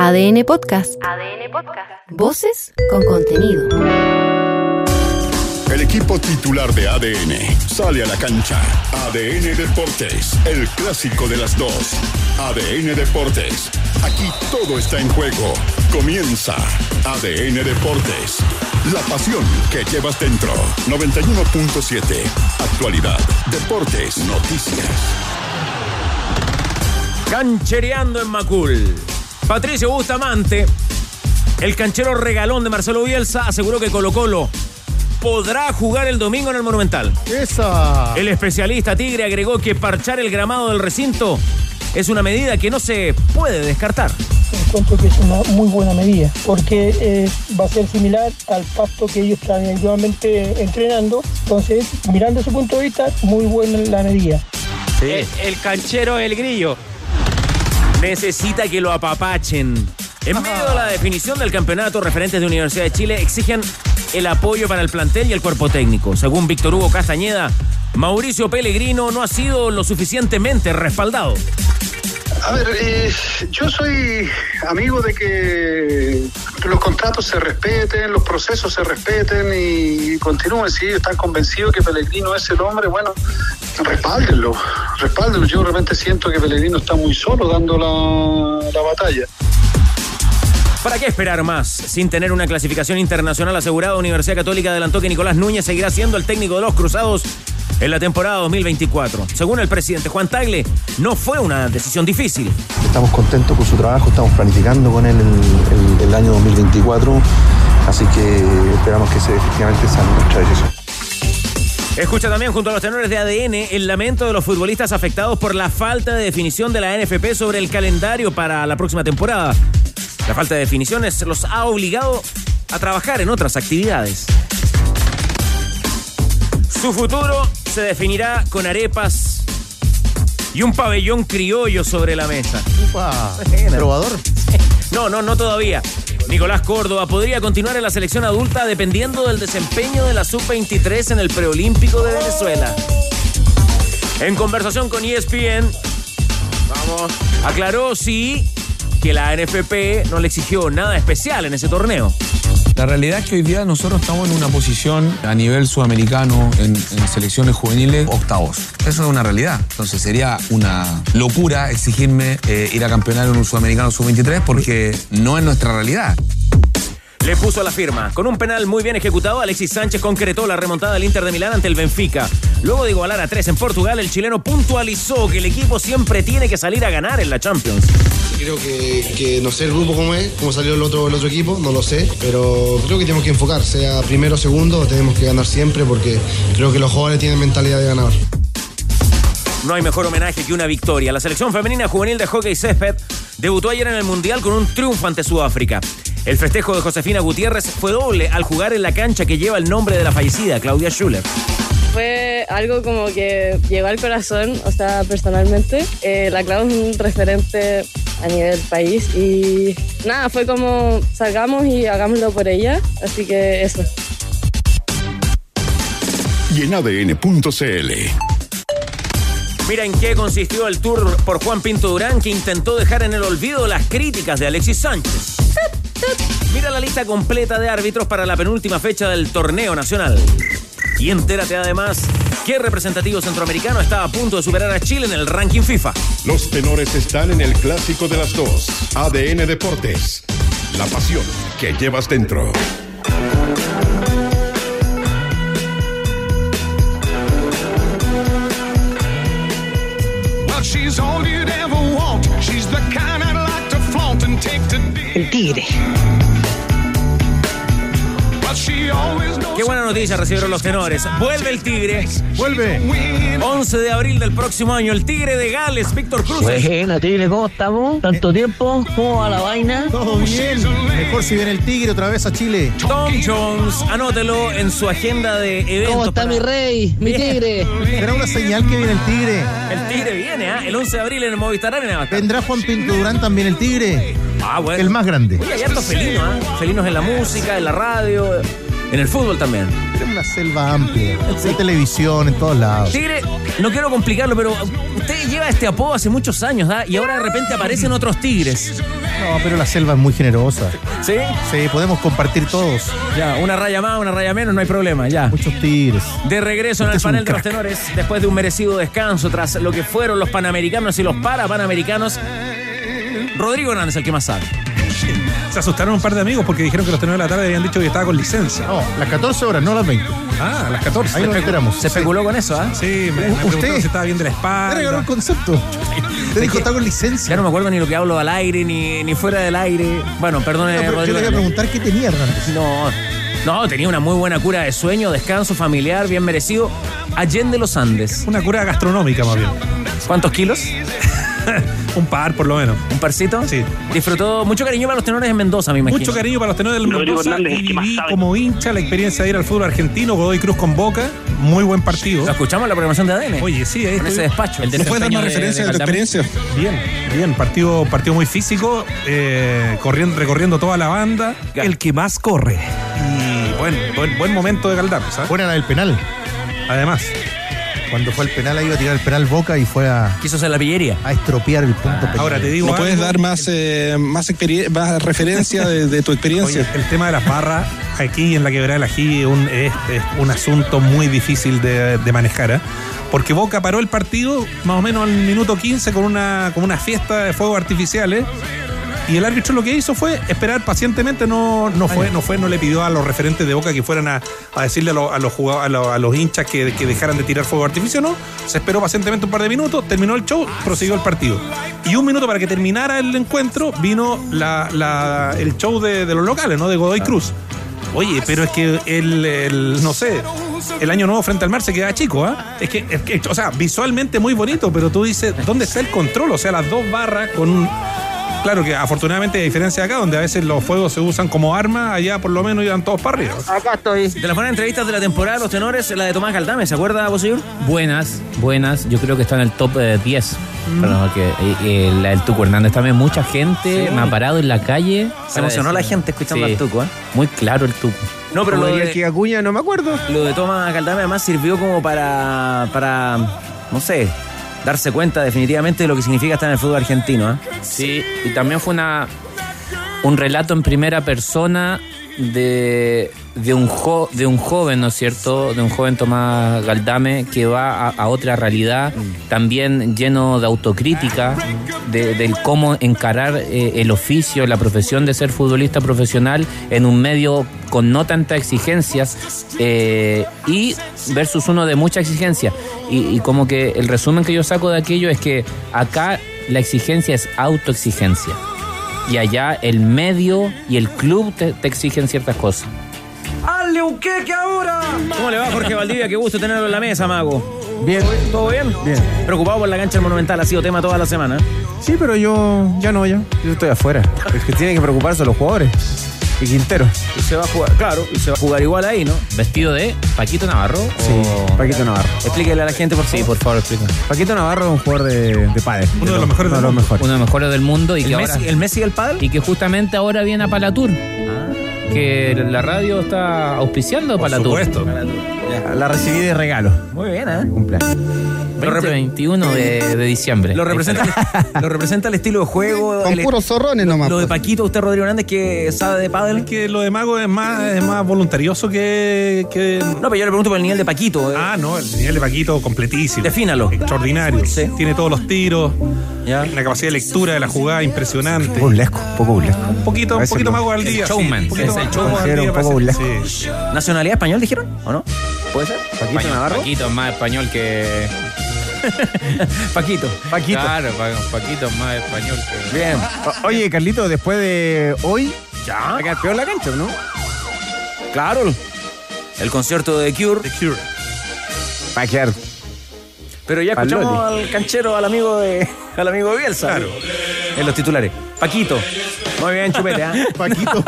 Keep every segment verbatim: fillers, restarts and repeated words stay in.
A D N Podcast. A D N Podcast. Voces con contenido. El equipo titular de A D N sale a la cancha. A D N Deportes, el clásico de las dos. A D N Deportes, aquí todo está en juego. Comienza A D N Deportes, la pasión que llevas dentro. noventa y uno punto siete, actualidad, deportes, noticias. Canchereando en Macul. Patricio Bustamante, el canchero regalón de Marcelo Bielsa, aseguró que Colo-Colo podrá jugar el domingo en el Monumental. ¡Esa! El especialista Tigre agregó que parchar el gramado del recinto es una medida que no se puede descartar. Encuentro que es una muy buena medida, porque eh, va a ser similar al pasto que ellos están actualmente entrenando. Entonces, mirando ese punto de vista, muy buena la medida. Sí. El, el canchero es el grillo. Necesita que lo apapachen. En medio de la definición del campeonato, referentes de Universidad de Chile exigen el apoyo para el plantel y el cuerpo técnico. Según Víctor Hugo Castañeda, Mauricio Pellegrino no ha sido lo suficientemente respaldado. A ver, eh, yo soy amigo de que los contratos se respeten, los procesos se respeten y continúen. Si ellos están convencidos que Pellegrino es el hombre, bueno, respáldenlo, respáldenlo. Yo realmente siento que Pellegrino está muy solo dando la, la batalla. ¿Para qué esperar más? Sin tener una clasificación internacional asegurada, Universidad Católica adelantó que Nicolás Núñez seguirá siendo el técnico de los Cruzados en la temporada dos mil veinticuatro. Según el presidente Juan Tagle, no fue una decisión difícil. Estamos contentos con su trabajo, estamos planificando con él el, el, el año dos mil veinticuatro, así que esperamos que se, efectivamente sea nuestra decisión. Escucha también junto a los tenores de A D N el lamento de los futbolistas afectados por la falta de definición de la N F P sobre el calendario para la próxima temporada. La falta de definiciones los ha obligado a trabajar en otras actividades. Su futuro se definirá con arepas y un pabellón criollo sobre la mesa. Upa, ¿probador? No, no, no todavía. Nicolás Córdoba podría continuar en la selección adulta dependiendo del desempeño de la sub veintitrés en el preolímpico de Venezuela. En conversación con E S P N, vamos, aclaró sí que la N F P no le exigió nada especial en ese torneo. La realidad es que hoy día nosotros estamos en una posición a nivel sudamericano, en, en selecciones juveniles, octavos. Eso es una realidad. Entonces sería una locura exigirme eh, ir a campeonar en un sudamericano sub veintitrés porque no es nuestra realidad. Le puso la firma. Con un penal muy bien ejecutado, Alexis Sánchez concretó la remontada del Inter de Milán ante el Benfica. Luego de igualar a tres en Portugal, el chileno puntualizó que el equipo siempre tiene que salir a ganar en la Champions. Creo que, que no sé el grupo cómo es, cómo salió el otro, el otro equipo, no lo sé, pero creo que tenemos que enfocar, sea primero o segundo, tenemos que ganar siempre porque creo que los jugadores tienen mentalidad de ganador. No hay mejor homenaje que una victoria. La selección femenina juvenil de hockey césped debutó ayer en el Mundial con un triunfo ante Sudáfrica. El festejo de Josefina Gutiérrez fue doble al jugar en la cancha que lleva el nombre de la fallecida, Claudia Schuller. Fue algo como que llegó al corazón, o sea, personalmente. Eh, la Clau es un referente a nivel país y nada, fue como salgamos y hagámoslo por ella, así que eso. Y en A D N punto C L. Mira en qué consistió el tour por Juan Pinto Durán, que intentó dejar en el olvido las críticas de Alexis Sánchez. Mira la lista completa de árbitros para la penúltima fecha del torneo nacional. Y entérate además qué representativo centroamericano está a punto de superar a Chile en el ranking FIFA. Los tenores están en el clásico de las dos. A D N Deportes, la pasión que llevas dentro. El Tigre. Qué buena noticia recibieron los tenores. Vuelve el Tigre. Vuelve. once de abril del próximo año. El Tigre de Gales, Víctor Cruz. Buena, Tigre, ¿cómo estamos? ¿Tanto tiempo? ¿Cómo va la vaina? Todo bien. Mejor si viene el Tigre otra vez a Chile. Tom Jones, anótelo en su agenda de eventos. ¿Cómo está para... mi rey? Mi Tigre. ¿Será una señal que viene el Tigre? El Tigre viene, ¿ah? ¿eh? El once de abril en el Movistar Arena. ¿Vendrá Juan Pinto Durán también el Tigre? Ah, bueno. El más grande. Oye, hay hartos felinos, ¿ah? ¿eh? Felinos en la música, en la radio, En el fútbol también. Es una selva amplia. Sí. Hay televisión en todos lados. Tigre, no quiero complicarlo, pero usted lleva este apodo hace muchos años, ¿ah? Y ahora de repente aparecen otros tigres. No, pero la selva es muy generosa. ¿Sí? Sí, podemos compartir todos. Ya, una raya más, una raya menos, no hay problema, ya. Muchos tigres. De regreso en el panel de los tenores, después de un merecido descanso, tras lo que fueron los panamericanos y los parapanamericanos, Rodrigo Hernández, el que más sabe. Se asustaron un par de amigos porque dijeron que los tenores de la tarde habían dicho que estaba con licencia. No, las catorce horas, no las veinte. Ah, las catorce. Ahí nos enteramos. Se especuló sí. con eso, ¿ah? ¿eh? Sí, me, me preguntaron si estaba bien de la espalda. Te regaló el concepto. Te dijo, está con licencia. Ya no me acuerdo ni lo que hablo al aire, ni, ni fuera del aire. Bueno, perdone, no, Rodrigo. Yo le iba a preguntar qué tenía Hernández. No, no, tenía una muy buena cura de sueño, descanso familiar, bien merecido. Allende los Andes. Una cura gastronómica, más bien. ¿Cuántos kilos? Un par, por lo menos. ¿Un parcito? Sí. Disfrutó mucho cariño para los tenores en Mendoza, me imagino. Mucho cariño para los tenores del Rodrigo Mendoza. Hernández, y ¿qué más viví sabe? Como hincha la experiencia de ir al fútbol argentino, Godoy Cruz con Boca. Muy buen partido. Lo escuchamos en la programación de A D N. Oye, sí, ahí con ese despacho. El ¿Me puedes dar una de, referencia de, de tu experiencia? Bien, bien. Partido, partido muy físico, eh, corriendo, recorriendo toda la banda. Ya. El que más corre. Y buen, buen, buen momento de Galdames, ¿sabes? Buena la del penal. Además. Cuando fue al penal, ahí iba a tirar el penal Boca y fue a... Quiso hacer la pillería. A estropear el punto penal. Ahora te digo ¿Me puedes dar más, eh, más, experien- más referencia de, de tu experiencia? Oye, el tema de las barras aquí en la Quebrada del Ají es un, es, es un asunto muy difícil de, de manejar, ¿eh? Porque Boca paró el partido más o menos al minuto quince con una, con una fiesta de fuegos artificiales. Y el árbitro lo que hizo fue esperar pacientemente, no, no fue, no fue, no le pidió a los referentes de Boca que fueran a, a decirle a, lo, a, los jugadores, a, lo, a los hinchas que, que dejaran de tirar fuego artificial, no. Se esperó pacientemente un par de minutos, terminó el show, prosiguió el partido. Y un minuto para que terminara el encuentro, vino la, la, el show de, de los locales, ¿no? De Godoy Cruz. Oye, pero es que el, el no sé, el Año Nuevo frente al mar se queda chico, ¿ah? ¿eh? Es que, es que, o sea, visualmente muy bonito, pero tú dices, ¿dónde está el control? O sea, las dos barras con un... Claro que afortunadamente, a diferencia de acá, donde a veces los fuegos se usan como arma, allá por lo menos iban todos para arriba. Acá estoy. De las buenas entrevistas de la temporada, los tenores, la de Tomás Galdames, ¿se acuerda, vos, señor? Buenas, buenas. Yo creo que está en el top eh, diez. Mm. Perdón, que, eh, eh, la del Tuco Hernández también. Mucha gente sí. me ha parado en la calle. Se emocionó decir, la gente escuchando sí. al Tuco, ¿eh? Muy claro el Tuco. No, pero Como lo de que Acuña no me acuerdo. Lo de Tomás Galdames además sirvió como para, para, no sé, darse cuenta definitivamente de lo que significa estar en el fútbol argentino, ¿eh? Sí, y también fue una un relato en primera persona de, de, un, jo, de un joven, ¿no es cierto? De un joven Tomás Galdames que va a, a otra realidad, mm. también lleno de autocrítica, de, del cómo encarar eh, el oficio, la profesión de ser futbolista profesional en un medio con no tantas exigencias eh, y versus uno de mucha exigencia. Y, y como que el resumen que yo saco de aquello es que acá la exigencia es autoexigencia. Y allá el medio y el club te, te exigen ciertas cosas. ¡Hazle un queque ahora! ¿Cómo le va, Jorge Valdivia? Qué gusto tenerlo en la mesa, mago. Bien. ¿Todo bien? Bien. Preocupado por la cancha del Monumental, ha sido tema toda la semana. Sí, pero yo ya no, ya. Yo estoy afuera. Es que tienen que preocuparse los jugadores. Y Quintero. Y se va a jugar, claro, y se va a jugar igual ahí, ¿no? ¿Vestido de Paquito Navarro? Sí, o... Paquito Navarro. Explíquele a la gente, por favor. Sí, por favor, explíquale. Paquito Navarro es un jugador de, de pádel. Uno de los mejores uno del de los mundo. mejores. Uno de los mejores del mundo. Y ¿El, que Messi, ahora, ¿El Messi del pádel? Y que justamente ahora viene a Palatur. Ah. Que la radio está auspiciando Por Palatur. supuesto. La recibí de regalo. Muy bien, ¿eh? Cumpleaños. veinte veintiuno de, de diciembre. Lo representa, el, lo representa el estilo de juego. Con el, puros zorrones nomás. Lo de Paquito, usted, Rodrigo Hernández, que sabe de pádel. Es que lo de Mago es más, es más voluntarioso que, que... No, pero yo le pregunto por el nivel de Paquito. Eh. Ah, no, el nivel de Paquito completísimo. Defínalo. Extraordinario. Sí. Tiene todos los tiros. Ya. Una capacidad de lectura de la jugada impresionante. Un poco burlesco, un poco burlesco. Un poquito, un poquito Mago al día. El showman. Sí, un poquito Es el más- showman. Mago al día, Un poco parece. burlesco. Sí. ¿Nacionalidad español dijeron? ¿O no? ¿Puede ser? Paquito Paño- Navarro. Paquito es más español que... Paquito. Paquito. Claro, Pa- Paquito es más español que... Bien. O- Oye, Carlito, después de hoy, Ya. va a quedar peor la cancha, ¿no? Claro. El concierto de The Cure. The Cure. Va a quedar. Pero ya escuchamos al canchero, al amigo de al amigo de Bielsa. Claro. En los titulares. Paquito. Muy bien, Chupete, ¿eh? Paquito.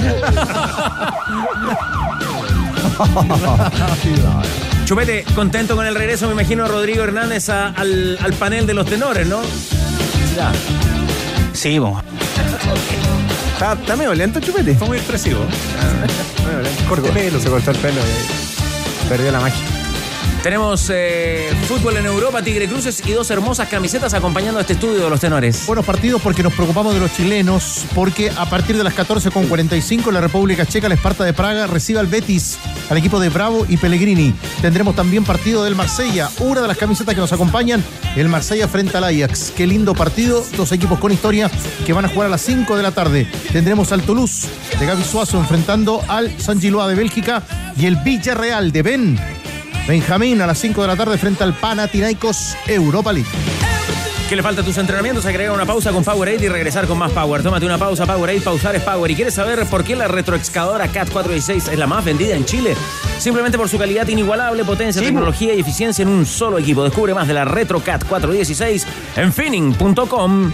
Chupete, contento con el regreso, me imagino, a Rodrigo Hernández a- al, al panel de los tenores, ¿no? Ya. Sí, vos. Está, está medio lento Chupete. Fue muy expresivo. Ah, corte pelo, se cortó el pelo y perdió la magia. Tenemos eh, fútbol en Europa, Tigre Cruces y dos hermosas camisetas acompañando este estudio de los tenores. Buenos partidos porque nos preocupamos de los chilenos, porque a partir de las catorce con cuarenta y cinco la República Checa, el Sparta de Praga, recibe al Betis, al equipo de Bravo y Pellegrini. Tendremos también partido del Marsella, una de las camisetas que nos acompañan, el Marsella frente al Ajax. Qué lindo partido, dos equipos con historia que van a jugar a las cinco de la tarde. Tendremos al Toulouse de Gaby Suazo enfrentando al San Gilois de Bélgica y el Villarreal de Ben Benjamín a las cinco de la tarde frente al Panathinaikos Europa League. ¿Qué le falta a tus entrenamientos? Agregar una pausa con Powerade y regresar con más Power. Tómate una pausa, Powerade, pausar es Power. ¿Y quieres saber por qué la retroexcavadora C A T cuatrocientos dieciséis es la más vendida en Chile? Simplemente por su calidad inigualable, potencia, sí, tecnología y eficiencia en un solo equipo. Descubre más de la Retro C A T cuatrocientos dieciséis en finning punto com.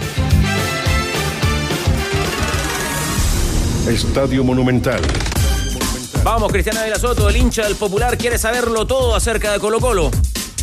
Estadio Monumental. Vamos, Cristian Ávila Soto, el hincha del Popular, quiere saberlo todo acerca de Colo-Colo.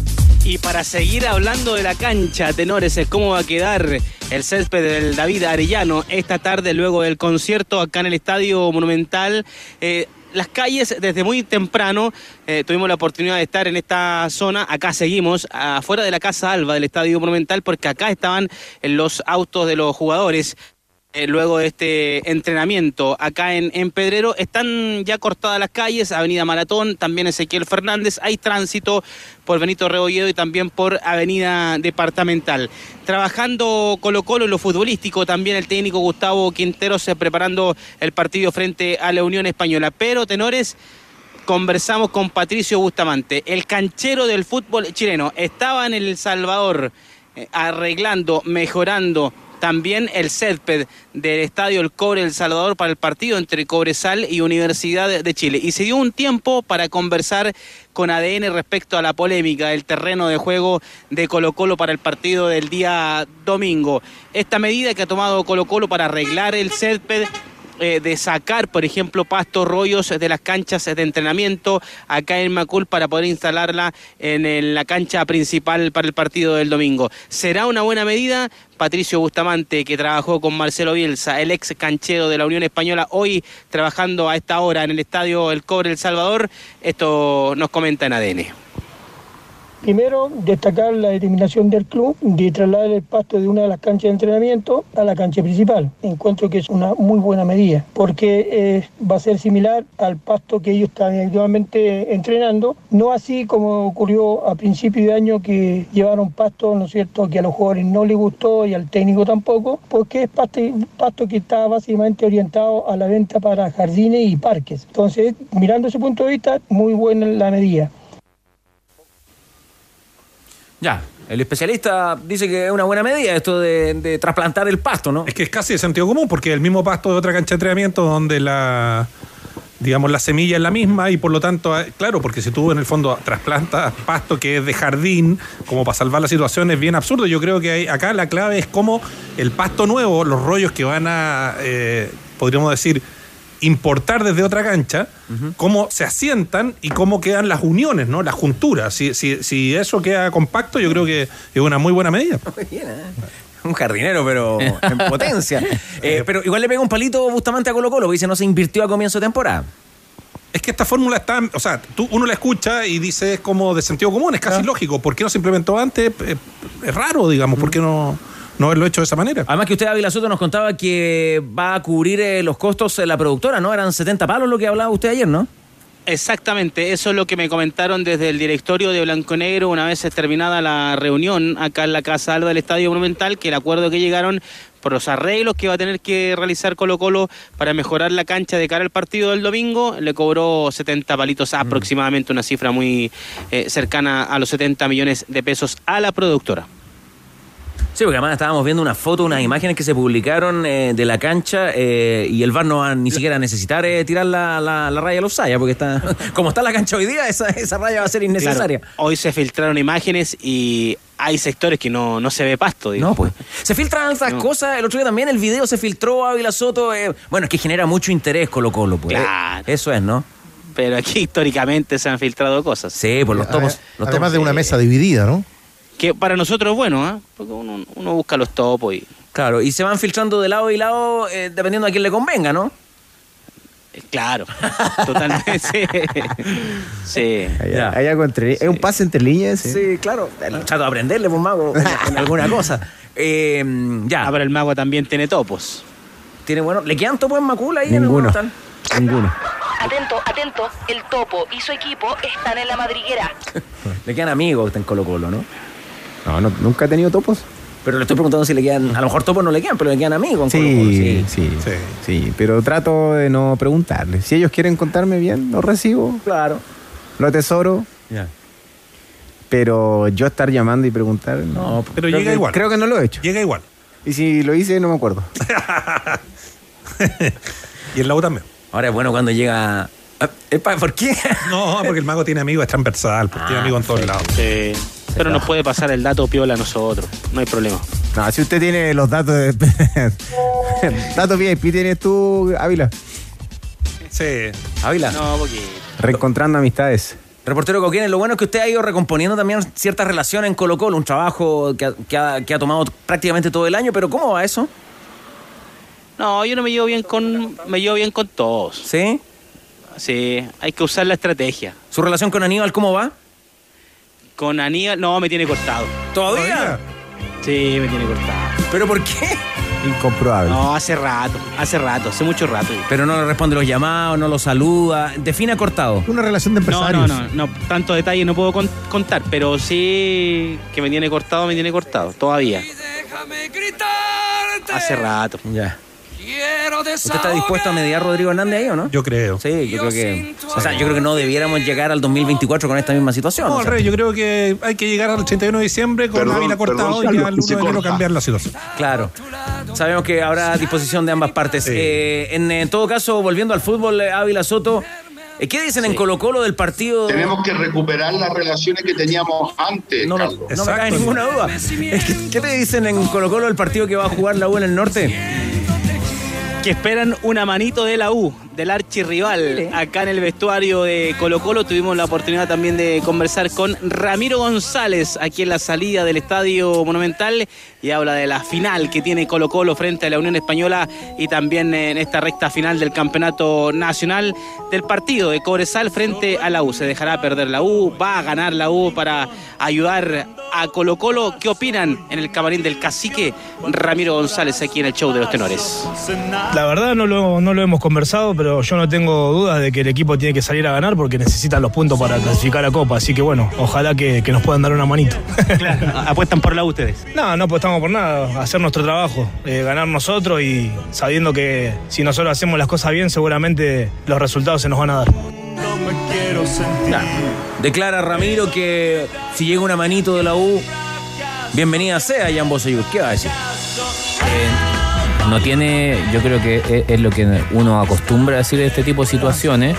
Y para seguir hablando de la cancha, tenores, es cómo va a quedar el césped del David Arellano esta tarde luego del concierto acá en el Estadio Monumental. Eh, las calles desde muy temprano, eh, tuvimos la oportunidad de estar en esta zona, acá seguimos, afuera de la Casa Alba del Estadio Monumental, porque acá estaban los autos de los jugadores. Eh, luego de este entrenamiento acá en, en Pedrero, están ya cortadas las calles, Avenida Maratón, también Ezequiel Fernández, hay tránsito por Benito Rebolledo y también por Avenida Departamental. Trabajando Colo-Colo en lo futbolístico, también el técnico Gustavo Quinteros eh, preparando el partido frente a la Unión Española. Pero, tenores, conversamos con Patricio Bustamante, el canchero del fútbol chileno. Estaba en El Salvador eh, arreglando, mejorando también el césped del estadio El Cobre El Salvador para el partido entre Cobresal y Universidad de Chile. Y se dio un tiempo para conversar con A D N respecto a la polémica del terreno de juego de Colo-Colo para el partido del día domingo. Esta medida que ha tomado Colo-Colo para arreglar el césped, Eh, de sacar, por ejemplo, pastos, rollos de las canchas de entrenamiento acá en Macul para poder instalarla en el, la cancha principal para el partido del domingo. ¿Será una buena medida? Patricio Bustamante, que trabajó con Marcelo Bielsa, el ex canchero de la Unión Española, hoy trabajando a esta hora en el estadio El Cobre El Salvador, esto nos comenta en A D N. Primero, destacar la determinación del club de trasladar el pasto de una de las canchas de entrenamiento a la cancha principal. Encuentro que es una muy buena medida, porque eh, va a ser similar al pasto que ellos están actualmente entrenando, no así como ocurrió a principio de año, que llevaron pasto, ¿no es cierto?, que a los jugadores no les gustó y al técnico tampoco, porque es pasto, pasto que está básicamente orientado a la venta para jardines y parques. Entonces, mirando ese punto de vista, muy buena la medida. Ya, el especialista dice que es una buena medida esto de, de trasplantar el pasto, ¿no? Es que es casi de sentido común, porque el mismo pasto de otra cancha de entrenamiento donde la, digamos, la semilla es la misma y por lo tanto, claro, porque si tú en el fondo trasplantas pasto que es de jardín, como para salvar la situación, es bien absurdo. Yo creo que hay, acá la clave es cómo el pasto nuevo, los rollos que van a, eh, podríamos decir, importar desde otra cancha, uh-huh, cómo se asientan y cómo quedan las uniones, ¿no? Las junturas. Si, si, si eso queda compacto, yo creo que es una muy buena medida. Muy bien, ¿eh? Un jardinero, pero en potencia. Eh, pero igual le pega un palito Bustamante a Colo-Colo, porque dice no se invirtió a comienzo de temporada. Es que esta fórmula está, o sea, tú, uno la escucha y dice es como de sentido común, es casi, ah, lógico. ¿Por qué no se implementó antes? Es, es raro, digamos, ¿por qué no...? no haberlo hecho de esa manera. Además que usted, Ávila Soto, nos contaba que va a cubrir eh, los costos de la productora, ¿no? Eran setenta palos lo que hablaba usted ayer, ¿no? Exactamente, eso es lo que me comentaron desde el directorio de Blanco Negro una vez terminada la reunión acá en la Casa Alba del Estadio Monumental, que el acuerdo que llegaron por los arreglos que va a tener que realizar Colo-Colo para mejorar la cancha de cara al partido del domingo, le cobró setenta palitos, mm. aproximadamente una cifra muy eh, cercana a los setenta millones de pesos a la productora. Sí, porque además estábamos viendo una foto, unas imágenes que se publicaron eh, de la cancha eh, y el V A R no va ni siquiera a necesitar eh, tirar la, la, la raya a los Saya, porque está, como está la cancha hoy día, esa, esa raya va a ser innecesaria. Claro, hoy se filtraron imágenes y hay sectores que no, no se ve pasto, digo. No, pues. Se filtran estas no. cosas. El otro día también el video se filtró a Ávila Soto. Eh, bueno, es que genera mucho interés Colo-Colo, pues. Claro. Eh, eso es, ¿no? Pero aquí históricamente se han filtrado cosas. Sí, por los topos. Los Además topos, de una eh, mesa dividida, ¿no? Que para nosotros es bueno, ¿eh? Porque uno, uno busca los topos y Claro, y se van filtrando de lado y lado eh, dependiendo a quién le convenga, ¿no? Claro, totalmente. Sí. sí. Hay, hay algo entre, sí. ¿Es un pase entre líneas? Sí, sí claro. Trato de aprenderle, pues, mago, en alguna cosa. Eh, ya. Ah, pero el mago también tiene topos. Tiene bueno. ¿Le quedan topos en Macula ahí? Ninguno. En el Ninguno. Atento, atento. El Topo y su equipo están en la madriguera. Le quedan amigos en Colo Colo, ¿no? No, no, nunca he tenido topos. Pero le estoy preguntando si le quedan, a lo mejor topos no le quedan, pero le quedan amigos. Sí, Colo Colo, sí. Sí, sí, sí, pero trato de no preguntarle. Si ellos quieren contarme bien, lo recibo. Claro. Lo atesoro. Ya. Pero yo estar llamando y preguntar... No, pero llega que, igual. Creo que no lo he hecho. Llega igual. Y si lo hice, no me acuerdo. Y el Lau también. Ahora es bueno cuando llega... ¿Por qué? No, porque el mago tiene amigos, es transversal, porque ah, tiene amigos en todos lados. Sí. Pero nos puede pasar el dato piola a nosotros, no hay problema. No, si usted tiene los datos de... datos V I P tienes tú, Ávila. Sí. Ávila. No, porque... Reencontrando amistades. Reportero Coquín, lo bueno es que usted ha ido recomponiendo también ciertas relaciones en Colo Colo, un trabajo que ha, que, ha, que ha tomado prácticamente todo el año, pero ¿cómo va eso? No, yo no me llevo bien con me llevo bien con todos. ¿Sí? Sí, hay que usar la estrategia. ¿Su relación con Aníbal cómo va? Con Aníbal, no, me tiene cortado. ¿Todavía? Sí, me tiene cortado. ¿Pero por qué? Incomprobable. No, hace rato, hace rato, hace mucho rato. Pero no le responde los llamados, no lo saluda. Define cortado. Una relación de empresarios. No, no, no, no tanto detalle no puedo con, contar, pero sí que me tiene cortado, me tiene cortado, todavía. Hace rato. Ya. ¿Usted está dispuesto a mediar Rodrigo Hernández ahí o no? Yo creo. Sí, yo creo que... O sea, yo creo que no debiéramos llegar al dos mil veinticuatro con esta misma situación. No, o al sea. revés, yo creo que hay que llegar al treinta y uno de diciembre con Ávila cortado y ya al uno de enero cambiar la situación. Claro. Sabemos que habrá disposición de ambas partes. Sí. Eh, en, en todo caso, volviendo al fútbol, Ávila Soto, ¿qué dicen sí. en Colo Colo del partido? Tenemos que recuperar las relaciones que teníamos antes, no, Carlos. No, no me cae ninguna duda. ¿Qué te dicen en Colo Colo del partido que va a jugar la U en el norte? Que esperan una manito de la U, del archirrival. Acá en el vestuario de Colo Colo tuvimos la oportunidad también de conversar con Ramiro González aquí en la salida del Estadio Monumental y habla de la final que tiene Colo Colo frente a la Unión Española y también en esta recta final del Campeonato Nacional, del partido de Cobresal frente a la U. Se dejará perder la U, va a ganar la U para ayudar a Colo Colo. ¿Qué opinan en el camarín del cacique? Ramiro González aquí en el show de los tenores. La verdad no lo, no lo hemos conversado, pero yo no tengo dudas de que el equipo tiene que salir a ganar porque necesitan los puntos para clasificar a Copa, así que bueno, ojalá que, que nos puedan dar una manito. Claro. ¿Apuestan por la U ustedes? No, no apostamos por nada, hacer nuestro trabajo, eh, ganar nosotros y sabiendo que si nosotros hacemos las cosas bien seguramente los resultados se nos van a dar. Nah. Declara Ramiro que si llega una manito de la U, bienvenida sea Jan Bosellur. ¿Qué va a decir? Eh, no tiene, yo creo que es, es lo que uno acostumbra a decir de este tipo de situaciones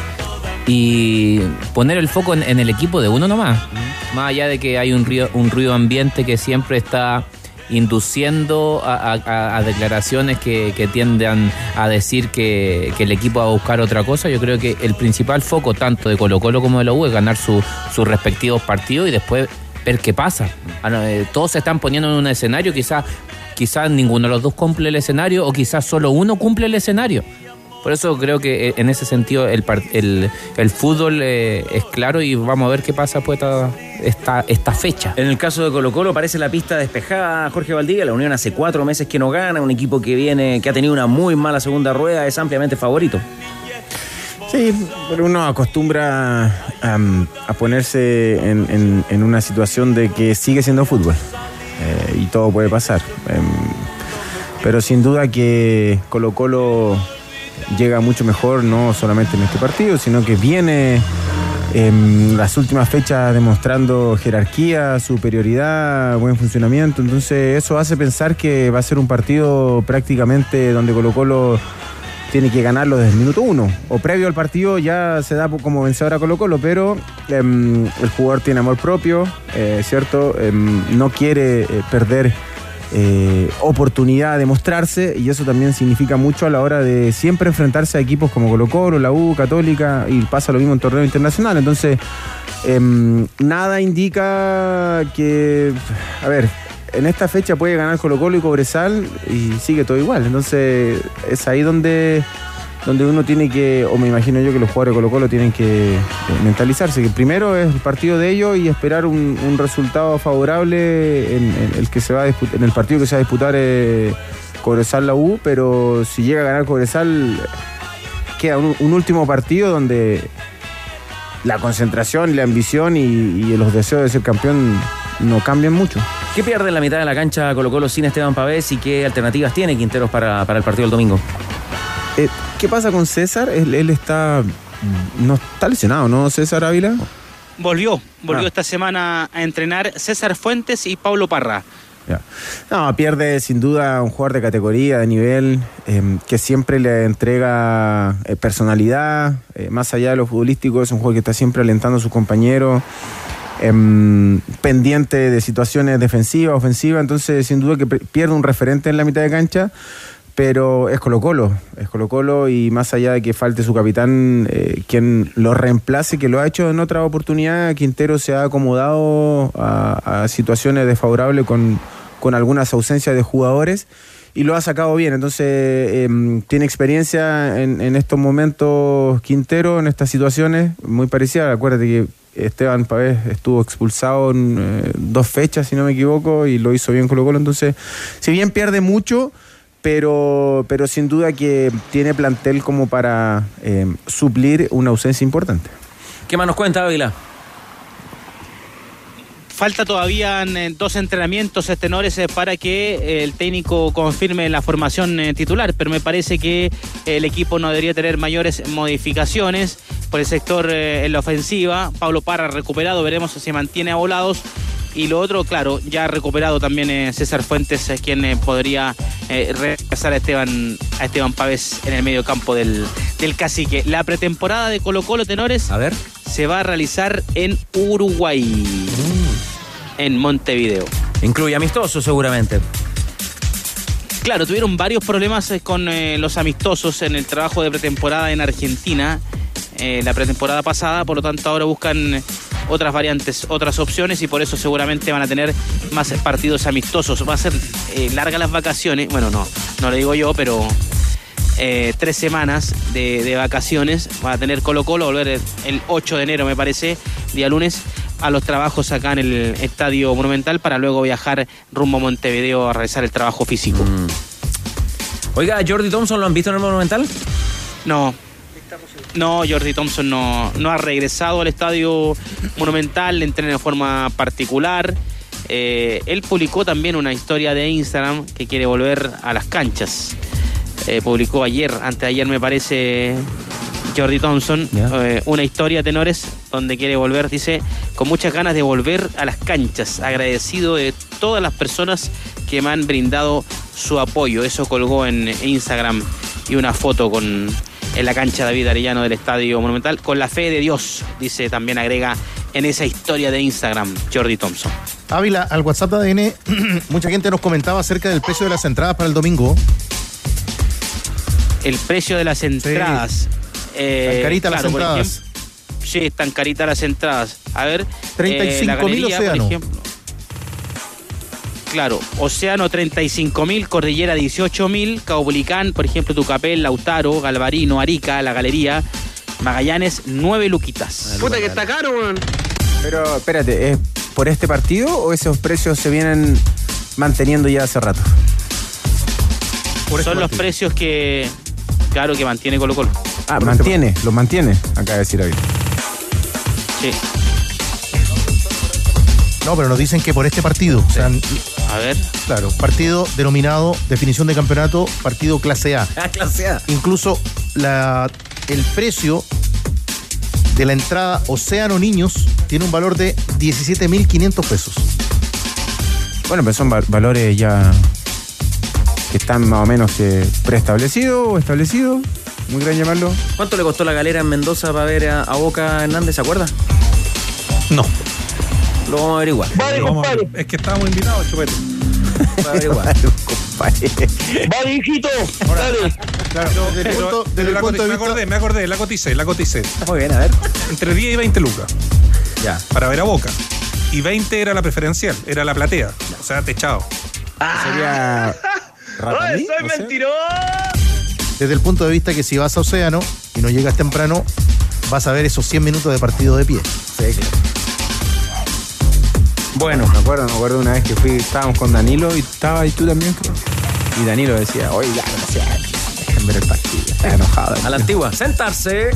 y poner el foco en, en el equipo de uno nomás. Más allá de que hay un ruido, un ruido ambiente que siempre está induciendo a, a, a declaraciones que, que tiendan a decir que, que el equipo va a buscar otra cosa. Yo creo que el principal foco tanto de Colo Colo como de la U es ganar su, sus respectivos partidos y después ver qué pasa. Todos se están poniendo en un escenario, quizás quizás ninguno de los dos cumple el escenario o quizás solo uno cumple el escenario. Por eso creo que en ese sentido el, el, el fútbol eh, es claro y vamos a ver qué pasa pues esta, esta, esta fecha. En el caso de Colo Colo parece la pista despejada, Jorge Valdivia. La Unión hace cuatro meses que no gana, un equipo que viene, que ha tenido una muy mala segunda rueda, es ampliamente favorito. Sí, pero uno acostumbra um, a ponerse en, en, en una situación de que sigue siendo fútbol eh, y todo puede pasar. Um, pero sin duda que Colo Colo llega mucho mejor, no solamente en este partido, sino que viene en las últimas fechas demostrando jerarquía, superioridad, buen funcionamiento. Entonces eso hace pensar que va a ser un partido prácticamente donde Colo Colo tiene que ganarlo desde el minuto uno. O previo al partido ya se da como vencedor a Colo Colo, pero eh, el jugador tiene amor propio, eh, ¿cierto? Eh, no quiere eh, perder Eh, oportunidad de mostrarse y eso también significa mucho a la hora de siempre enfrentarse a equipos como Colo Colo, la U, Católica y pasa lo mismo en torneo internacional. Entonces eh, nada indica que, a ver, en esta fecha puede ganar Colo-Colo y Cobresal y sigue todo igual. Entonces es ahí donde, donde uno tiene que, o me imagino yo que los jugadores de Colo-Colo tienen que eh, mentalizarse, que primero es el partido de ellos y esperar un, un resultado favorable en, en el que se va a disputar, en el partido que se va a disputar eh, Cobresal-La U, pero si llega a ganar Cobresal queda un, un último partido donde la concentración, la ambición y, y los deseos de ser campeón no cambian mucho. ¿Qué pierde en la mitad de la cancha Colo-Colo sin Esteban Pavés y qué alternativas tiene Quinteros para, para el partido del domingo? Eh, ¿Qué pasa con César? Él, él está... no está lesionado, ¿no, César Ávila? Volvió, volvió Ah. esta semana a entrenar César Fuentes y Pablo Parra. Ya. No, pierde sin duda un jugador de categoría, de nivel, eh, que siempre le entrega eh, personalidad, eh, más allá de lo futbolístico, es un jugador que está siempre alentando a sus compañeros, eh, pendiente de situaciones defensivas, ofensivas, entonces sin duda que pierde un referente en la mitad de cancha, pero es Colo-Colo, es Colo-Colo y más allá de que falte su capitán, eh, quien lo reemplace, que lo ha hecho en otra oportunidad, Quintero se ha acomodado a, a situaciones desfavorables con, con algunas ausencias de jugadores y lo ha sacado bien, entonces eh, tiene experiencia en, en estos momentos Quintero, en estas situaciones muy parecidas. Acuérdate que Esteban Pavés estuvo expulsado en eh, dos fechas, si no me equivoco, y lo hizo bien Colo-Colo, entonces si bien pierde mucho, Pero, pero sin duda que tiene plantel como para eh, suplir una ausencia importante. ¿Qué más nos cuenta Ávila? Falta todavía en dos entrenamientos tenores para que el técnico confirme la formación titular, pero me parece que el equipo no debería tener mayores modificaciones por el sector en la ofensiva. Pablo Parra recuperado, veremos si se mantiene a Volados. Y lo otro, claro, ya ha recuperado también eh, César Fuentes, eh, quien eh, podría eh, reemplazar a Esteban, a Esteban Pavés en el medio campo del, del Cacique. La pretemporada de Colo-Colo, tenores, a ver, se va a realizar en Uruguay, mm. en Montevideo. Incluye amistosos seguramente. Claro, tuvieron varios problemas eh, con eh, los amistosos en el trabajo de pretemporada en Argentina, eh, la pretemporada pasada, por lo tanto ahora buscan otras variantes, otras opciones y por eso seguramente van a tener más partidos amistosos. Va a ser eh, largas las vacaciones, bueno, no, no lo digo yo, pero eh, tres semanas de, de vacaciones va a tener Colo-Colo, volver el, el ocho de enero me parece, día lunes, a los trabajos acá en el Estadio Monumental para luego viajar rumbo a Montevideo a realizar el trabajo físico. Mm. Oiga, ¿Jordi Thompson lo han visto en el Monumental? No. No, Jordi Thompson no, no ha regresado al Estadio Monumental, entrena de forma particular. Eh, él publicó también una historia de Instagram que quiere volver a las canchas. Eh, publicó ayer, antes de ayer me parece, Jordi Thompson, eh, una historia, tenores, donde quiere volver, dice, con muchas ganas de volver a las canchas, agradecido de todas las personas que me han brindado su apoyo. Eso colgó en Instagram y una foto con... en la cancha David Arellano del Estadio Monumental, con la fe de Dios, dice, también agrega en esa historia de Instagram Jordi Thompson. Ávila, al WhatsApp de A D N, mucha gente nos comentaba acerca del precio de las entradas para el domingo. El precio de las entradas. Sí. Eh, Están caritas claro, las entradas. Ejemplo, sí, están caritas las entradas. A ver. treinta y cinco mil eh, Océano. Por ejemplo. Claro, Océano treinta y cinco mil, Cordillera dieciocho mil, Caupolicán, por ejemplo, Tucapel, Lautaro, Galvarino, Arica, La Galería, Magallanes, nueve luquitas. Puta que está caro, weón. Pero espérate, ¿es por este partido o esos precios se vienen manteniendo ya hace rato? Por Son los precios que, claro, que mantiene Colo-Colo. Ah, mantiene, los mantiene, acaba de decir David. Sí. No, pero nos dicen que por este partido. O sea, a ver. Claro, partido denominado definición de campeonato, partido clase A. Ah, clase A. Incluso la, el precio de la entrada Océano Niños tiene un valor de diecisiete mil quinientos pesos. Bueno, pero son va- valores ya que están más o menos eh, preestablecidos o establecidos. Muy gran llamarlo. ¿Cuánto le costó la galera en Mendoza para ver a, a Boca Hernández, se acuerda? No. Lo vamos a averiguar. Vale, compadre. Es que estábamos invitados, Chupete. Para averiguar. Vale, hijito. Dale. Claro, Pero, desde el pero- punto, desde pero el la punto coti- de me vista... acordé, me acordé, la coticé, la coticé. Muy bien, a ver. Entre diez y veinte lucas. Ya. Para ver a Boca. y veinte era la preferencial, era la platea, o sea, techado. Sería... ¡Ay, soy no sé. mentiroso! Desde el punto de vista que si vas a Océano y no llegas temprano, vas a ver esos cien minutos de partido de pie. Sí, claro. Bueno. Me acuerdo, me acuerdo una vez que fui, estábamos con Danilo y estaba ahí tú también, creo. Y Danilo decía, oye, ya, gracias, dejen ver el partido. Está enojado. A la antigua, sentarse.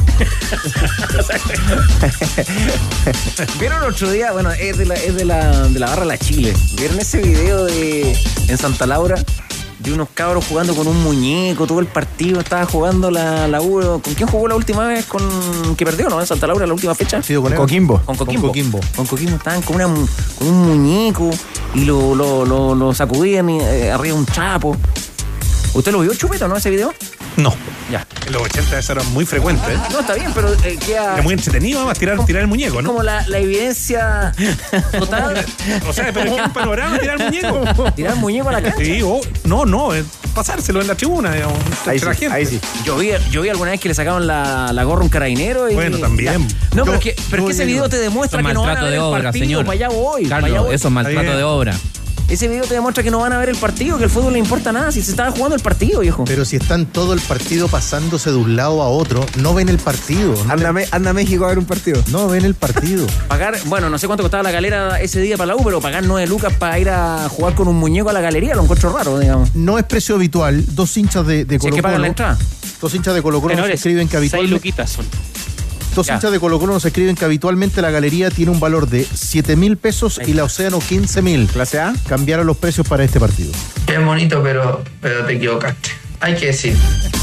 ¿Vieron otro día? Bueno, es de la, es de la, de la barra La Chile. ¿Vieron ese video de en Santa Laura? De unos cabros jugando con un muñeco, todo el partido estaba jugando la, la U. ¿Con quién jugó la última vez? Con que perdió, ¿no? En Santa Laura, la última fecha. Sí, con Con Coquimbo. Con Coquimbo. Con Coquimbo. Con Coquimbo estaban con, una, con un muñeco y lo, lo, lo, lo sacudían y, eh, arriba un chapo. ¿Usted lo vio, Chupeta, no, ese video? No. Ya. En los ochenta eso era muy frecuente. ¿eh? No, está bien, pero eh, queda... Era muy entretenido, además, tirar, tirar el muñeco, Es ¿no? como la, la evidencia total. O sea, pero es que un panorama tirar el muñeco. Tirar el muñeco a la cancha. Sí, oh, no, no, es pasárselo en la tribuna, digamos, Ahí entre sí, la gente. ahí sí. Yo vi, yo vi alguna vez que le sacaban la, la gorra a un carabinero y... Bueno, también. Ya. No, Yo- pero, que, pero yo es que ese vi- video te demuestra Eso que es no van a maltrato ver de el obra, partido. señor. Para allá voy, para allá Carlos, voy. eso es maltrato bien. de obra. Ese video te demuestra que no van a ver el partido, que el fútbol no le importa nada, si se estaba jugando el partido, viejo. Pero si están todo el partido pasándose de un lado a otro, no ven el partido. No, Anda, me- anda a México a ver un partido. no ven el partido. Pagar, bueno, no sé cuánto costaba la galera ese día para la U, pero pagar nueve lucas para ir a jugar con un muñeco a la galería lo encuentro raro, digamos. No es precio habitual. Dos hinchas de, de Si es Colo que pagan la entrada. Dos hinchas de Colo Colo nos Tenores, escriben que seis habitualmente. luquitas son. Dos Ya. hinchas de Colo Colo nos escriben que habitualmente la galería tiene un valor de siete mil pesos y la Océano quince mil. ¿Clase A? Cambiaron los precios para este partido. Es bonito, pero, pero te equivocaste. Hay que decir.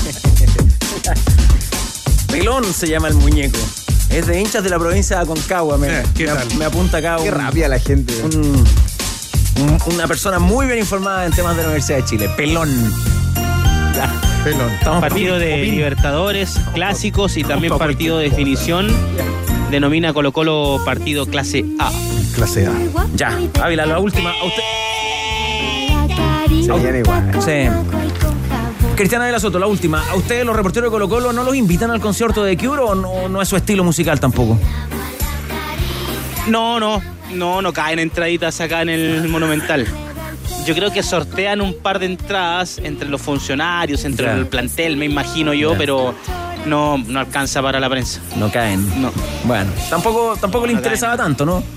Pelón se llama el muñeco. Es de hinchas de la provincia de Aconcagua. Me, Eh, ¿qué me- tal? me apunta acá Qué un- rápida la gente. un- un- una persona muy bien informada en temas de la Universidad de Chile. Pelón. Ya. Pelón. Estamos Partido de opin- Libertadores, clásicos y también Opa, partido de definición. Denomina Colo Colo partido clase A. Clase A. Ya, Ávila, la última. A usted. Se viene igual. Sí. Cristiana de la Soto, la última. ¿A ustedes los reporteros de Colo Colo no los invitan al concierto de Cure o no, no es su estilo musical tampoco? No, no, no, no caen entraditas acá en el Monumental. Yo creo que sortean un par de entradas entre los funcionarios, entre Ya. el plantel, me imagino yo, Ya. pero no, no alcanza para la prensa. No caen. No. Bueno, tampoco, tampoco le No interesaba caen. tanto, ¿no?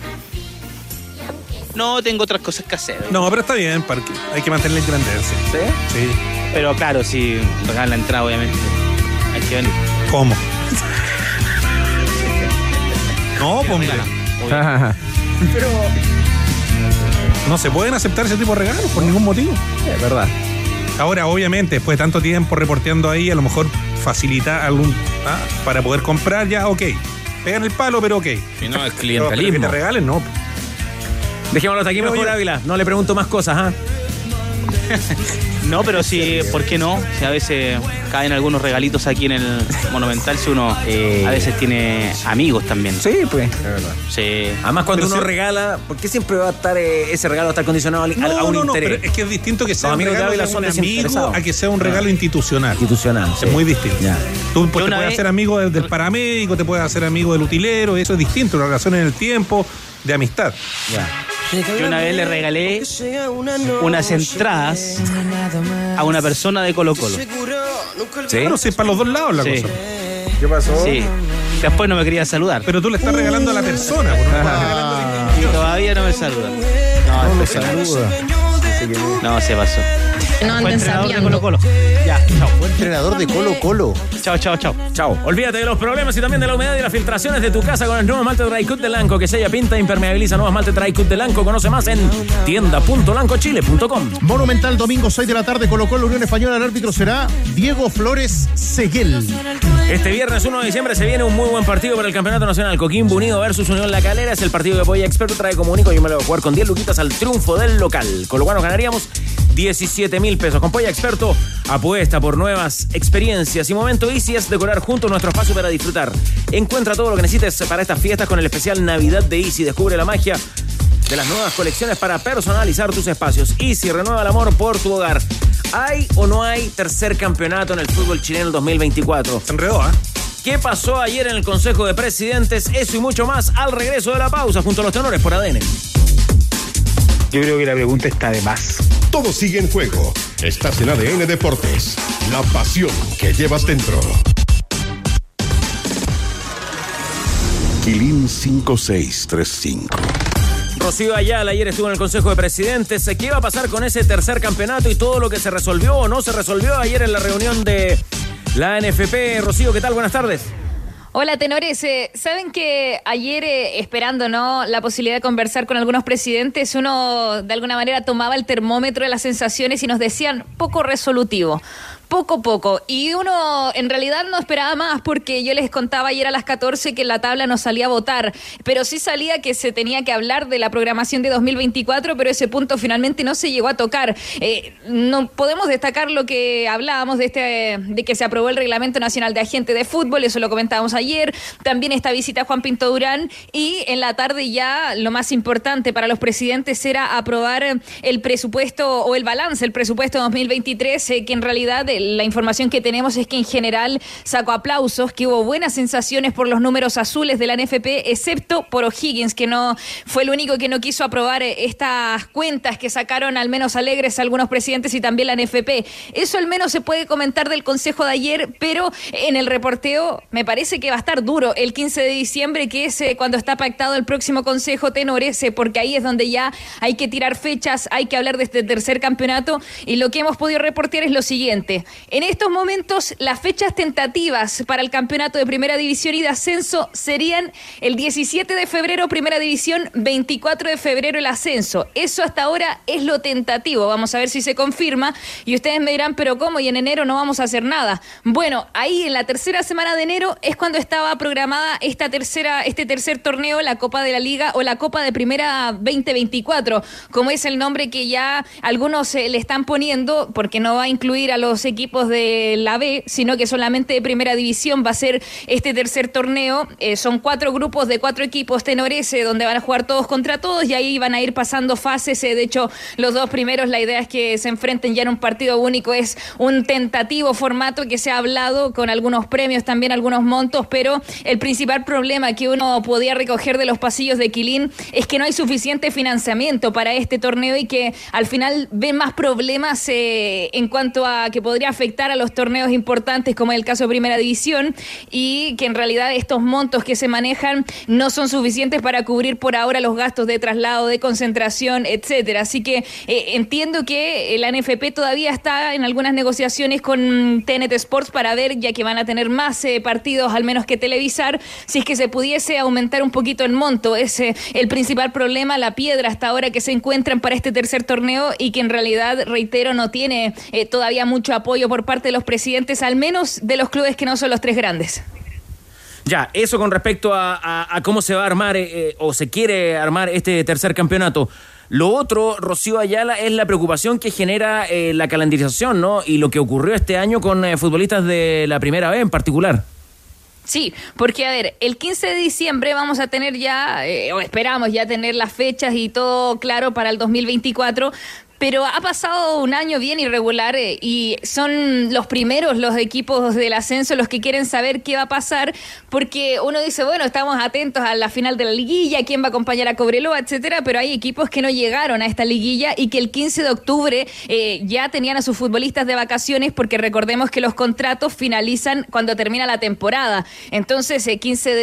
No, tengo otras cosas que hacer. No, pero está bien, porque hay que mantener el granderse. ¿Sí? Sí. Pero claro, si pagan la entrada, obviamente, hay que venir. ¿Cómo? No, pues, hombre. Pero... No se pueden aceptar ese tipo de regalos por ningún motivo. Es verdad. Ahora, obviamente, después de tanto tiempo reporteando ahí, a lo mejor facilita algún... ah, para poder comprar ya, ok. Pegan el palo, pero ok. Si no, es Pero, pero que clientelismo. te regalen, no. Dejémoslo hasta aquí Pero mejor, yo- Ávila. No le pregunto más cosas, ¿ah? No, pero sí, ¿por qué no? Si a veces caen algunos regalitos aquí en el Monumental, si uno Eh. a veces tiene amigos también. Sí, pues. Sí. Además, cuando Pero uno si- regala, ¿por qué siempre va a estar eh, ese regalo a estar condicionado al- No, a, a un no, no, interés? pero es que es distinto que sea Los un amigos de regalo Ávila de son un amigo desinteresados. a que sea un regalo institucional. Institucional. sí. Es muy distinto. Ya. Tú pues, Yo te una puedes vez- hacer amigo del, del paramédico, te puedes hacer amigo del utilero, eso es distinto, una relación en el tiempo, de amistad. Ya. Yo una vez le regalé unas entradas a una persona de Colo Colo. ¿Sí? Claro, si es para los dos lados la Sí. cosa. ¿Qué pasó? Sí. Después no me quería saludar. Pero tú le estás regalando a la persona, pues, no le estás regalando a Y todavía no me saluda. No No, lo es impresionante. saluda. No, se pasó. No Fue anden entrenador de sabiendo. Colo Colo. Ya, chao. Fue entrenador de Colo Colo. Chao, chao, chao. Chao. Olvídate de los problemas y también de la humedad y las filtraciones de tu casa con el nuevo esmalte Dry Cut de Lanco que sella, pinta e impermeabiliza. Nuevo esmalte Dry Cut de Lanco. Conoce más en tienda punto lanco chile punto com. Monumental, domingo seis de la tarde, Colo Colo, Unión Española. El árbitro será Diego Flores Seguel. Este viernes uno de diciembre se viene un muy buen partido para el Campeonato Nacional. Coquimbo Unido versus Unión La Calera. Es el partido que Polla Experto trae como único. Yo me lo voy a jugar con diez luquitas al triunfo del local. Con lo cual nos ganaríamos diecisiete mil pesos. Con Polla Experto apuesta por nuevas experiencias y momento easy es decorar juntos nuestro espacio para disfrutar. Encuentra todo lo que necesites para estas fiestas con el especial Navidad de Easy. Descubre la magia de las nuevas colecciones para personalizar tus espacios. Easy, renueva el amor por tu hogar. ¿Hay o no hay tercer campeonato en el fútbol chileno el dos mil veinticuatro? Se enredó, ¿eh? ¿Qué pasó ayer en el Consejo de Presidentes? Eso y mucho más al regreso de la pausa junto a los tenores por A D N. Yo creo que la pregunta está de más. Todo sigue en juego. Estás en A D N Deportes. La pasión que llevas dentro. Quilín cinco seis tres cinco. Rocío Ayala ayer estuvo en el Consejo de Presidentes. ¿Qué iba a pasar con ese tercer campeonato y todo lo que se resolvió o no se resolvió ayer en la reunión de la N F P? Rocío, ¿qué tal? Buenas tardes. Hola, tenores. Eh, Saben que ayer, eh, esperando no la posibilidad de conversar con algunos presidentes, uno de alguna manera tomaba el termómetro de las sensaciones y nos decían poco resolutivo. Poco, poco. Y uno en realidad no esperaba más porque yo les contaba ayer a las catorce que en la tabla no salía a votar, pero sí salía que se tenía que hablar de la programación de dos mil veinticuatro, pero ese punto finalmente no se llegó a tocar. Eh, no podemos destacar lo que hablábamos de este de que se aprobó el Reglamento Nacional de Agentes de Fútbol, eso lo comentábamos ayer, también esta visita a Juan Pinto Durán y en la tarde ya lo más importante para los presidentes era aprobar el presupuesto o el balance, el presupuesto dos mil veintitrés, eh, que en realidad la información que tenemos es que en general sacó aplausos, que hubo buenas sensaciones por los números azules de la N F P, excepto por O'Higgins, que no fue el único que no quiso aprobar estas cuentas que sacaron al menos alegres algunos presidentes y también la N F P. Eso al menos se puede comentar del consejo de ayer, pero en el reporteo me parece que va a estar duro el quince de diciembre, que es eh, cuando está pactado el próximo consejo tenores, porque ahí es donde ya hay que tirar fechas, hay que hablar de este tercer campeonato y lo que hemos podido reportear es lo siguiente. En estos momentos, las fechas tentativas para el campeonato de Primera División y de Ascenso serían el diecisiete de febrero Primera División, veinticuatro de febrero el Ascenso. Eso hasta ahora es lo tentativo. Vamos a ver si se confirma. Y ustedes me dirán, ¿pero cómo? Y en enero no vamos a hacer nada. Bueno, ahí en la tercera semana de enero es cuando estaba programada esta tercera, este tercer torneo, la Copa de la Liga o la Copa de Primera veinte veinticuatro, como es el nombre que ya algunos eh, le están poniendo, porque no va a incluir a los equipos de la B, sino que solamente de Primera División va a ser este tercer torneo. Eh, son cuatro grupos de cuatro equipos tenores, eh, donde van a jugar todos contra todos y ahí van a ir pasando fases. Eh, de hecho, los dos primeros, la idea es que se enfrenten ya en un partido único. Es un tentativo formato que se ha hablado con algunos premios, también algunos montos, pero el principal problema que uno podía recoger de los pasillos de Quilín es que no hay suficiente financiamiento para este torneo y que al final ven más problemas eh, en cuanto a que podría afectar a los torneos importantes como es el caso de Primera División y que en realidad estos montos que se manejan no son suficientes para cubrir por ahora los gastos de traslado, de concentración, etcétera. Así que eh, entiendo que la N F P todavía está en algunas negociaciones con T N T Sports para ver, ya que van a tener más eh, partidos al menos que televisar, si es que se pudiese aumentar un poquito el monto. Es eh, el principal problema, la piedra hasta ahora que se encuentran para este tercer torneo y que en realidad, reitero, no tiene eh, todavía mucho apoyo por parte de los presidentes, al menos de los clubes que no son los tres grandes. Ya, eso con respecto a, a, a cómo se va a armar eh, o se quiere armar este tercer campeonato. Lo otro, Rocío Ayala, es la preocupación que genera eh, la calendarización, ¿no? Y lo que ocurrió este año con eh, futbolistas de la Primera B en particular. Sí, porque a ver, el quince de diciembre vamos a tener ya, eh, o esperamos ya tener las fechas y todo claro para el dos mil veinticuatro, pero ha pasado un año bien irregular eh, y son los primeros los equipos del ascenso los que quieren saber qué va a pasar, porque uno dice, bueno, estamos atentos a la final de la liguilla, quién va a acompañar a Cobreloa, etcétera, pero hay equipos que no llegaron a esta liguilla y que el quince de octubre eh, ya tenían a sus futbolistas de vacaciones, porque recordemos que los contratos finalizan cuando termina la temporada. Entonces, el quince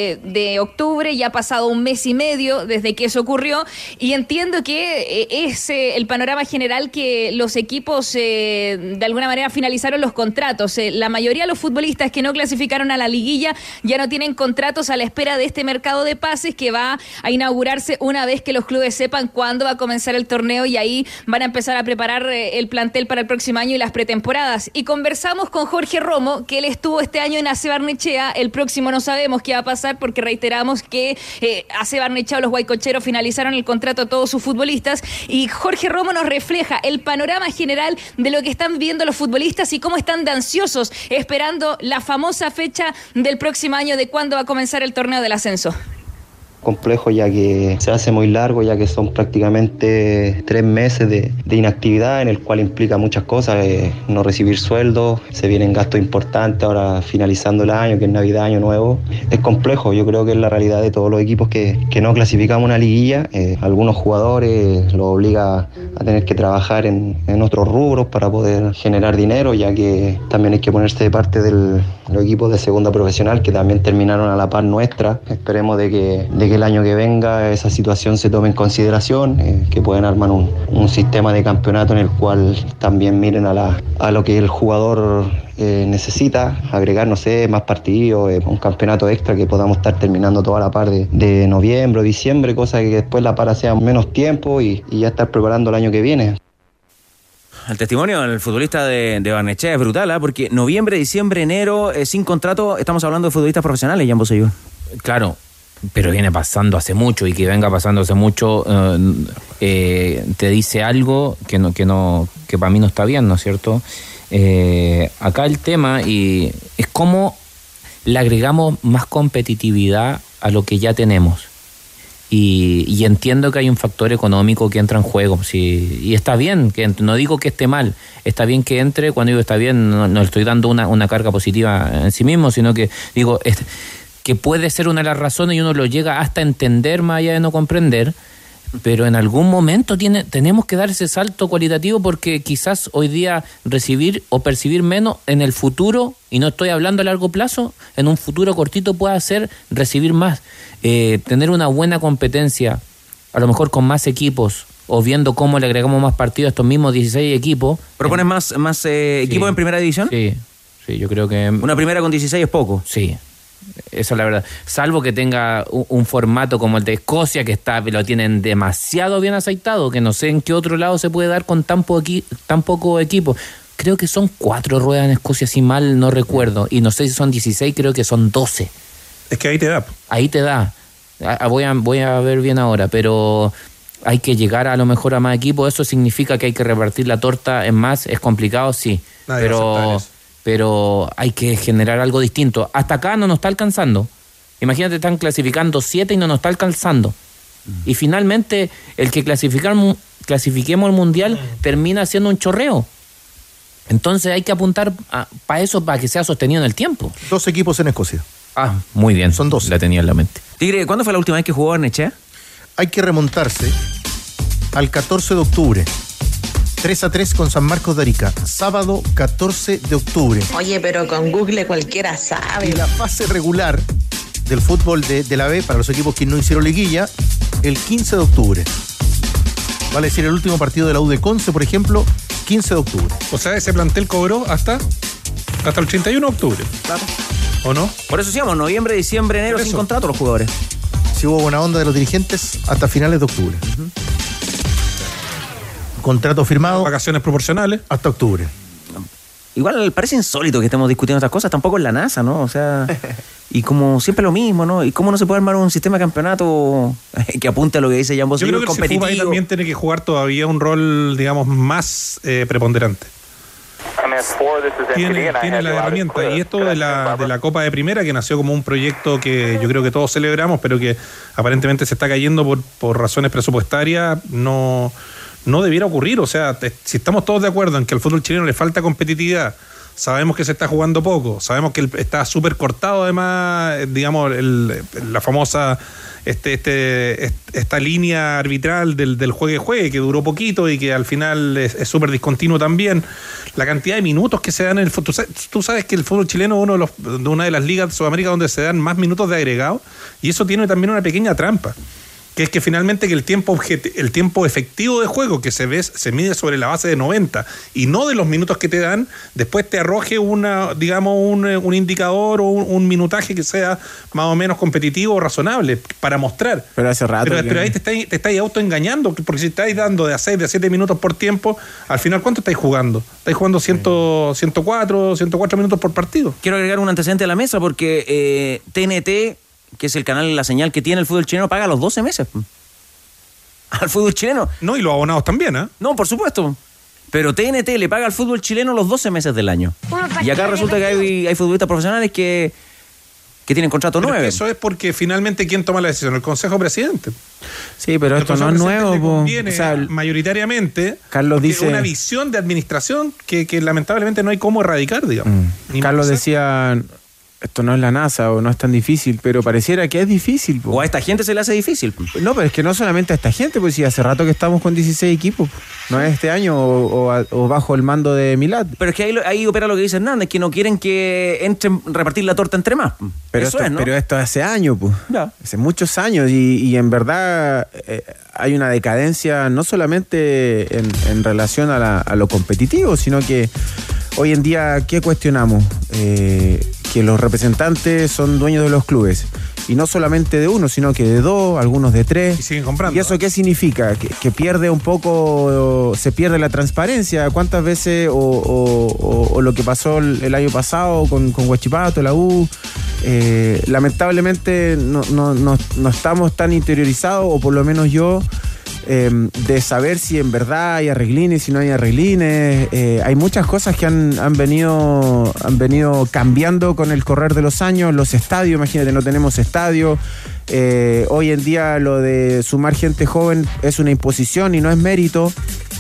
de octubre ya ha pasado un mes y medio desde que eso ocurrió y entiendo que eh, es eh, el panorama general que los equipos eh, de alguna manera finalizaron los contratos. Eh, la mayoría de los futbolistas que no clasificaron a la liguilla ya no tienen contratos a la espera de este mercado de pases que va a inaugurarse una vez que los clubes sepan cuándo va a comenzar el torneo y ahí van a empezar a preparar eh, el plantel para el próximo año y las pretemporadas. Y conversamos con Jorge Romo, que él estuvo este año en A C Barnechea. El próximo no sabemos qué va a pasar porque reiteramos que eh, A C Barnechea o los guaycocheros finalizaron el contrato a todos sus futbolistas y Jorge Romo nos refleja el panorama general de lo que están viendo los futbolistas y cómo están de ansiosos esperando la famosa fecha del próximo año de cuándo va a comenzar el torneo del ascenso. complejo ya que se hace muy largo, ya que son prácticamente tres meses de, de inactividad, en el cual implica muchas cosas, eh, no recibir sueldo, se vienen gastos importantes ahora finalizando el año, que es Navidad, Año Nuevo. Es complejo, yo creo que es la realidad de todos los equipos que, que no clasificamos una liguilla. Eh, algunos jugadores los obliga a tener que trabajar en, en otros rubros para poder generar dinero, ya que también hay que ponerse de parte de los equipos de segunda profesional que también terminaron a la par nuestra. Esperemos de que, de que el año que venga esa situación se tome en consideración, eh, que puedan armar un, un sistema de campeonato en el cual también miren a, la, a lo que el jugador eh, necesita, agregar, no sé, más partidos, eh, un campeonato extra que podamos estar terminando toda la par de, de noviembre o diciembre, cosa que después la para sea menos tiempo y, y ya estar preparando el año que viene. El testimonio del futbolista de, de Barnechea es brutal, ¿eh? Porque noviembre, diciembre, enero, eh, sin contrato, estamos hablando de futbolistas profesionales, Jan Bosellur. Claro, pero viene pasando hace mucho y que venga pasando hace mucho eh, eh, te dice algo que no que no que para mí no está bien, ¿no es cierto? Eh, acá el tema y es cómo le agregamos más competitividad a lo que ya tenemos. Y, y entiendo que hay un factor económico que entra en juego, sí, y está bien, que no digo que esté mal, está bien que entre, cuando digo está bien no, no le estoy dando una, una carga positiva en sí mismo, sino que digo es, que puede ser una de las razones y uno lo llega hasta entender más allá de no comprender, pero en algún momento tiene, tenemos que dar ese salto cualitativo porque quizás hoy día recibir o percibir menos en el futuro, y no estoy hablando a largo plazo, en un futuro cortito puede ser recibir más. Eh, tener una buena competencia, a lo mejor con más equipos, o viendo cómo le agregamos más partidos a estos mismos dieciséis equipos. ¿Propones en, más, más eh, equipos sí, en primera división? Sí, sí, yo creo que... ¿Una primera con dieciséis es poco? Sí, esa es la verdad. Salvo que tenga un, un formato como el de Escocia, que está lo tienen demasiado bien aceitado, que no sé en qué otro lado se puede dar con tan, po equi tan poco equipo. Creo que son cuatro ruedas en Escocia, si mal no recuerdo, y no sé si son dieciséis, creo que son doce. Es que ahí te da. Ahí te da. Voy a, voy a ver bien ahora, pero hay que llegar a lo mejor a más equipos. Eso significa que hay que repartir la torta en más. Es complicado, sí. Nadie pero, pero hay que generar algo distinto. Hasta acá no nos está alcanzando. Imagínate, están clasificando siete y no nos está alcanzando. Mm. Y finalmente, el que clasificamos, clasifiquemos al Mundial mm. termina siendo un chorreo. Entonces hay que apuntar para eso, para que sea sostenido en el tiempo. Dos equipos en Escocia. Ah, muy bien. Son dos. La tenía en la mente. Tigre, ¿cuándo fue la última vez que jugó Barnechea? Hay que remontarse al catorce de octubre. tres a tres con San Marcos de Arica. Sábado catorce de octubre. Oye, pero con Google cualquiera sabe. Y la fase regular del fútbol de, de la B para los equipos que no hicieron liguilla, el quince de octubre. Vale decir, el último partido de la U de Conce, por ejemplo, quince de octubre. O sea, ese plantel cobró hasta, hasta el treinta y uno de octubre. Claro. ¿O no? Por eso decíamos, noviembre, diciembre, enero, sin contrato los jugadores. Si hubo buena onda de los dirigentes, hasta finales de octubre. Uh-huh. Contrato firmado. Vacaciones proporcionales. Hasta octubre. Igual parece insólito que estemos discutiendo estas cosas, tampoco en la NASA, ¿no? O sea, y como siempre lo mismo, ¿no? ¿Y cómo no se puede armar un sistema de campeonato que apunte a lo que dice Jan Bosellur, competitivo? Yo creo que el FUBA ahí también tiene que jugar todavía un rol, digamos, más eh, preponderante. Tiene, tiene la herramienta, y esto de la, de la Copa de Primera, que nació como un proyecto que yo creo que todos celebramos, pero que aparentemente se está cayendo por, por razones presupuestarias, no, no debiera ocurrir. O sea, te, si estamos todos de acuerdo en que al fútbol chileno le falta competitividad, sabemos que se está jugando poco, sabemos que está súper cortado además, digamos, el, la famosa... Este, este, esta línea arbitral del, del juegue-juegue, que duró poquito y que al final es súper discontinuo también. La cantidad de minutos que se dan en el fútbol. Tú sabes que el fútbol chileno es uno de, los, de una de las ligas de Sudamérica donde se dan más minutos de agregado, y eso tiene también una pequeña trampa, que es que finalmente que el tiempo objeti- el tiempo efectivo de juego que se ve, se mide sobre la base de noventa y no de los minutos que te dan, después te arroje una, digamos, un, un indicador o un, un minutaje que sea más o menos competitivo o razonable para mostrar. Pero hace rato. Pero, pero ahí te estáis, te estáis autoengañando, porque si estáis dando de a seis, de a siete minutos por tiempo, al final, ¿cuánto estáis jugando? Estáis jugando ciento, ciento cuatro, ciento cuatro minutos por partido. Quiero agregar un antecedente a la mesa porque eh, T N T, que es el canal, la señal que tiene el fútbol chileno, paga los doce meses al fútbol chileno. No, y los abonados también, ¿eh? No, por supuesto. Pero T N T le paga al fútbol chileno los doce meses del año. Y acá resulta que hay, hay futbolistas profesionales que que tienen contrato Pero nueve. eso es porque finalmente ¿quién toma la decisión? El Consejo Presidente. Sí, pero El esto no Consejo es Presidente nuevo. le po. conviene O sea, mayoritariamente Carlos porque dice- una visión de administración que, que lamentablemente no hay cómo erradicar, digamos. Ni Carlos impulsar. decía, esto no es la NASA o no es tan difícil, pero pareciera que es difícil. po. O a esta gente se le hace difícil. No, pero es que no solamente a esta gente, pues sí, hace rato que estamos con dieciséis equipos. No es este año o, o a- o bajo el mando de Milad. Pero es que ahí, lo- ahí opera lo que dice Hernández, que no quieren que entren repartir la torta entre más. Pero, Eso esto, es, ¿no? pero esto hace años, pues. Ya. Hace muchos años y, y en verdad eh, hay una decadencia no solamente en, en relación a, la- a lo competitivo, sino que hoy en día, ¿qué cuestionamos? Eh, que los representantes son dueños de los clubes. Y no solamente de uno, sino que de dos, algunos de tres. Y siguen comprando. ¿Y eso qué significa? Que, que pierde un poco, se pierde la transparencia. ¿Cuántas veces, o, o- o- o lo que pasó el, el año pasado con, con Huachipato, la U, eh, lamentablemente no, no, no, no estamos tan interiorizados, o por lo menos yo, eh, de saber si en verdad hay arreglines, si no hay arreglines. Eh, hay muchas cosas que han, han, venido, han venido cambiando con el correr de los años. Los estadios, imagínate, no tenemos estadio. Eh, hoy en día lo de sumar gente joven es una imposición y no es mérito.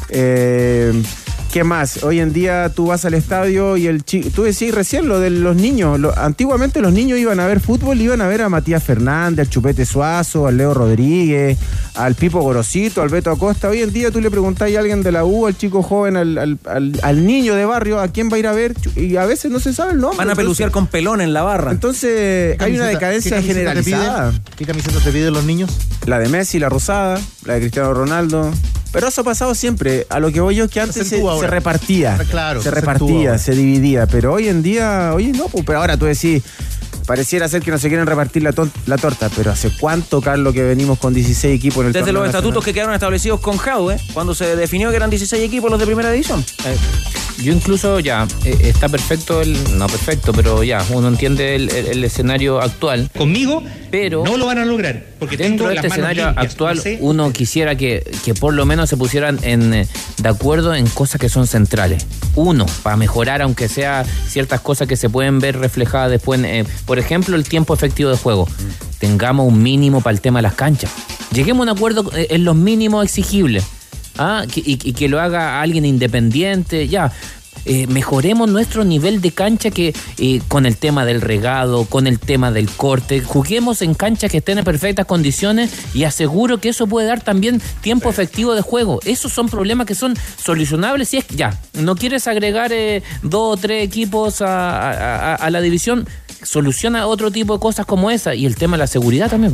Eh, ¿Qué más? Hoy en día tú vas al estadio y el chico, tú decís recién lo de los niños. Lo, antiguamente los niños iban a ver fútbol, iban a ver a Matías Fernández, al Chupete Suazo, al Leo Rodríguez, al Pipo Gorosito, al Beto Acosta. Hoy en día tú le preguntás a alguien de la U, al chico joven, al, al, al, al niño de barrio, a quién va a ir a ver, y a veces no se sabe el nombre. Van a peluciar con pelón en la barra. Entonces hay una decadencia ¿qué camiseta te generalizada. piden? ¿Qué camiseta te piden los niños? La de Messi, la rosada, la de Cristiano Ronaldo. Pero eso ha pasado siempre. A lo que voy yo es que antes se, acentúa se ahora. repartía. Claro, se se repartía, acentúa ahora. se dividía. Pero hoy en día, oye, no, pues, pero ahora tú decís, pareciera ser que no se quieren repartir la, ton- la torta. Pero ¿hace cuánto, Carlos, que venimos con dieciséis equipos en el Desde torneo los estatutos nacional? que quedaron establecidos con Jaude, cuando se definió que eran dieciséis equipos los de primera división. Eh, yo incluso ya, eh, está perfecto el, no perfecto, pero ya, uno entiende el, el- el escenario actual. Conmigo pero no lo van a lograr, porque dentro tengo de las este manos escenario limpias, actual no sé. uno quisiera que, que por lo menos se pusieran en, eh, de acuerdo en cosas que son centrales. Uno, para mejorar aunque sea ciertas cosas que se pueden ver reflejadas después, en, eh, por ejemplo, el tiempo efectivo de juego. Tengamos un mínimo para el tema de las canchas. Lleguemos a un acuerdo eh, en los mínimos exigibles. ¿Ah? Que- y, y que lo haga alguien independiente, ya. Eh, mejoremos nuestro nivel de cancha que eh, con el tema del regado, con el tema del corte, juguemos en canchas que estén en perfectas condiciones y aseguro que eso puede dar también tiempo efectivo de juego. Esos son problemas que son solucionables si es que ya, no quieres agregar eh, dos o tres equipos a, a, a, a la división, soluciona otro tipo de cosas como esa y el tema de la seguridad también.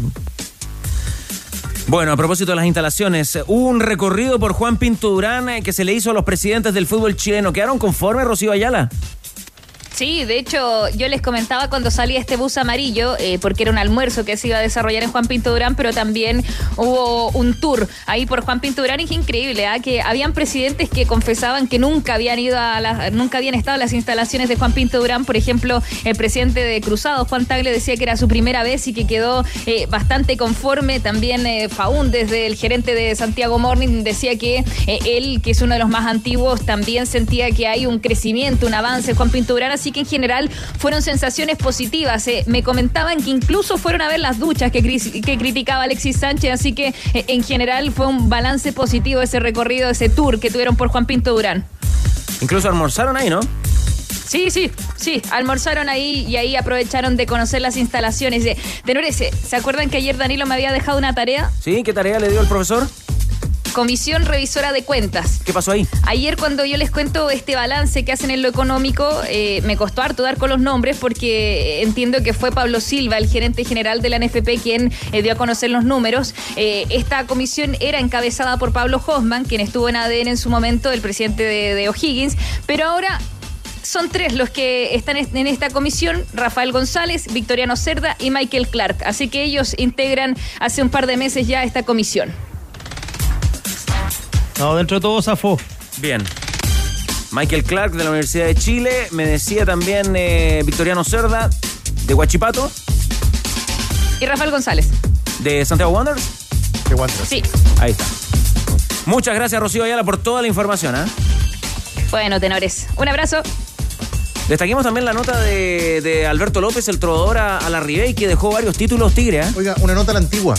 Bueno, a propósito de las instalaciones, hubo un recorrido por Juan Pinto Durán eh, que se le hizo a los presidentes del fútbol chileno. ¿Quedaron conformes, Rocío Ayala? Sí, de hecho, yo les comentaba cuando salía este bus amarillo, eh, porque era un almuerzo que se iba a desarrollar en Juan Pinto Durán, pero también hubo un tour ahí por Juan Pinto Durán, y es increíble, ¿eh? Que habían presidentes que confesaban que nunca habían ido a las, nunca habían estado en las instalaciones de Juan Pinto Durán. Por ejemplo, el presidente de Cruzados, Juan Tagle, decía que era su primera vez y que quedó eh, bastante conforme. También eh, Faúndez, el gerente de Santiago Morning, decía que eh, él, que es uno de los más antiguos, también sentía que hay un crecimiento, un avance en Juan Pinto Durán. Así que en general fueron sensaciones positivas. Eh, me comentaban que incluso fueron a ver las duchas que, cri- que criticaba Alexis Sánchez, así que eh, en general fue un balance positivo ese recorrido, ese tour que tuvieron por Juan Pinto Durán. Incluso almorzaron ahí, ¿no? Sí, sí, sí, almorzaron ahí y ahí aprovecharon de conocer las instalaciones. De, de Nores, ¿se acuerdan que ayer Danilo me había dejado una tarea? Sí, ¿qué tarea le dio el profesor? Comisión Revisora de Cuentas. ¿Qué pasó ahí? Ayer cuando yo les cuento este balance que hacen en lo económico, eh, me costó harto dar con los nombres porque entiendo que fue Pablo Silva, el gerente general de la N F P, quien eh, dio a conocer los números. Eh, esta comisión era encabezada por Pablo Hoffman, quien estuvo en A D N en su momento, el presidente de, de O'Higgins, pero ahora son tres los que están en esta comisión: Rafael González, Victoriano Cerda y Michael Clark. Así que ellos integran hace un par de meses ya esta comisión. No, dentro de todo zafó. Bien. Michael Clark de la Universidad de Chile. Me decía también eh, Victoriano Cerda de Huachipato. Y Rafael González. ¿De Santiago Wanderers? De Wanderers. Sí. Ahí está. Muchas gracias, Rocío Ayala, por toda la información, ¿eh? Bueno, tenores. Un abrazo. Destaquemos también la nota de, de Alberto López, el trovador a, a la Ribey, que dejó varios títulos Tigre. ¿eh? Oiga, una nota a la antigua.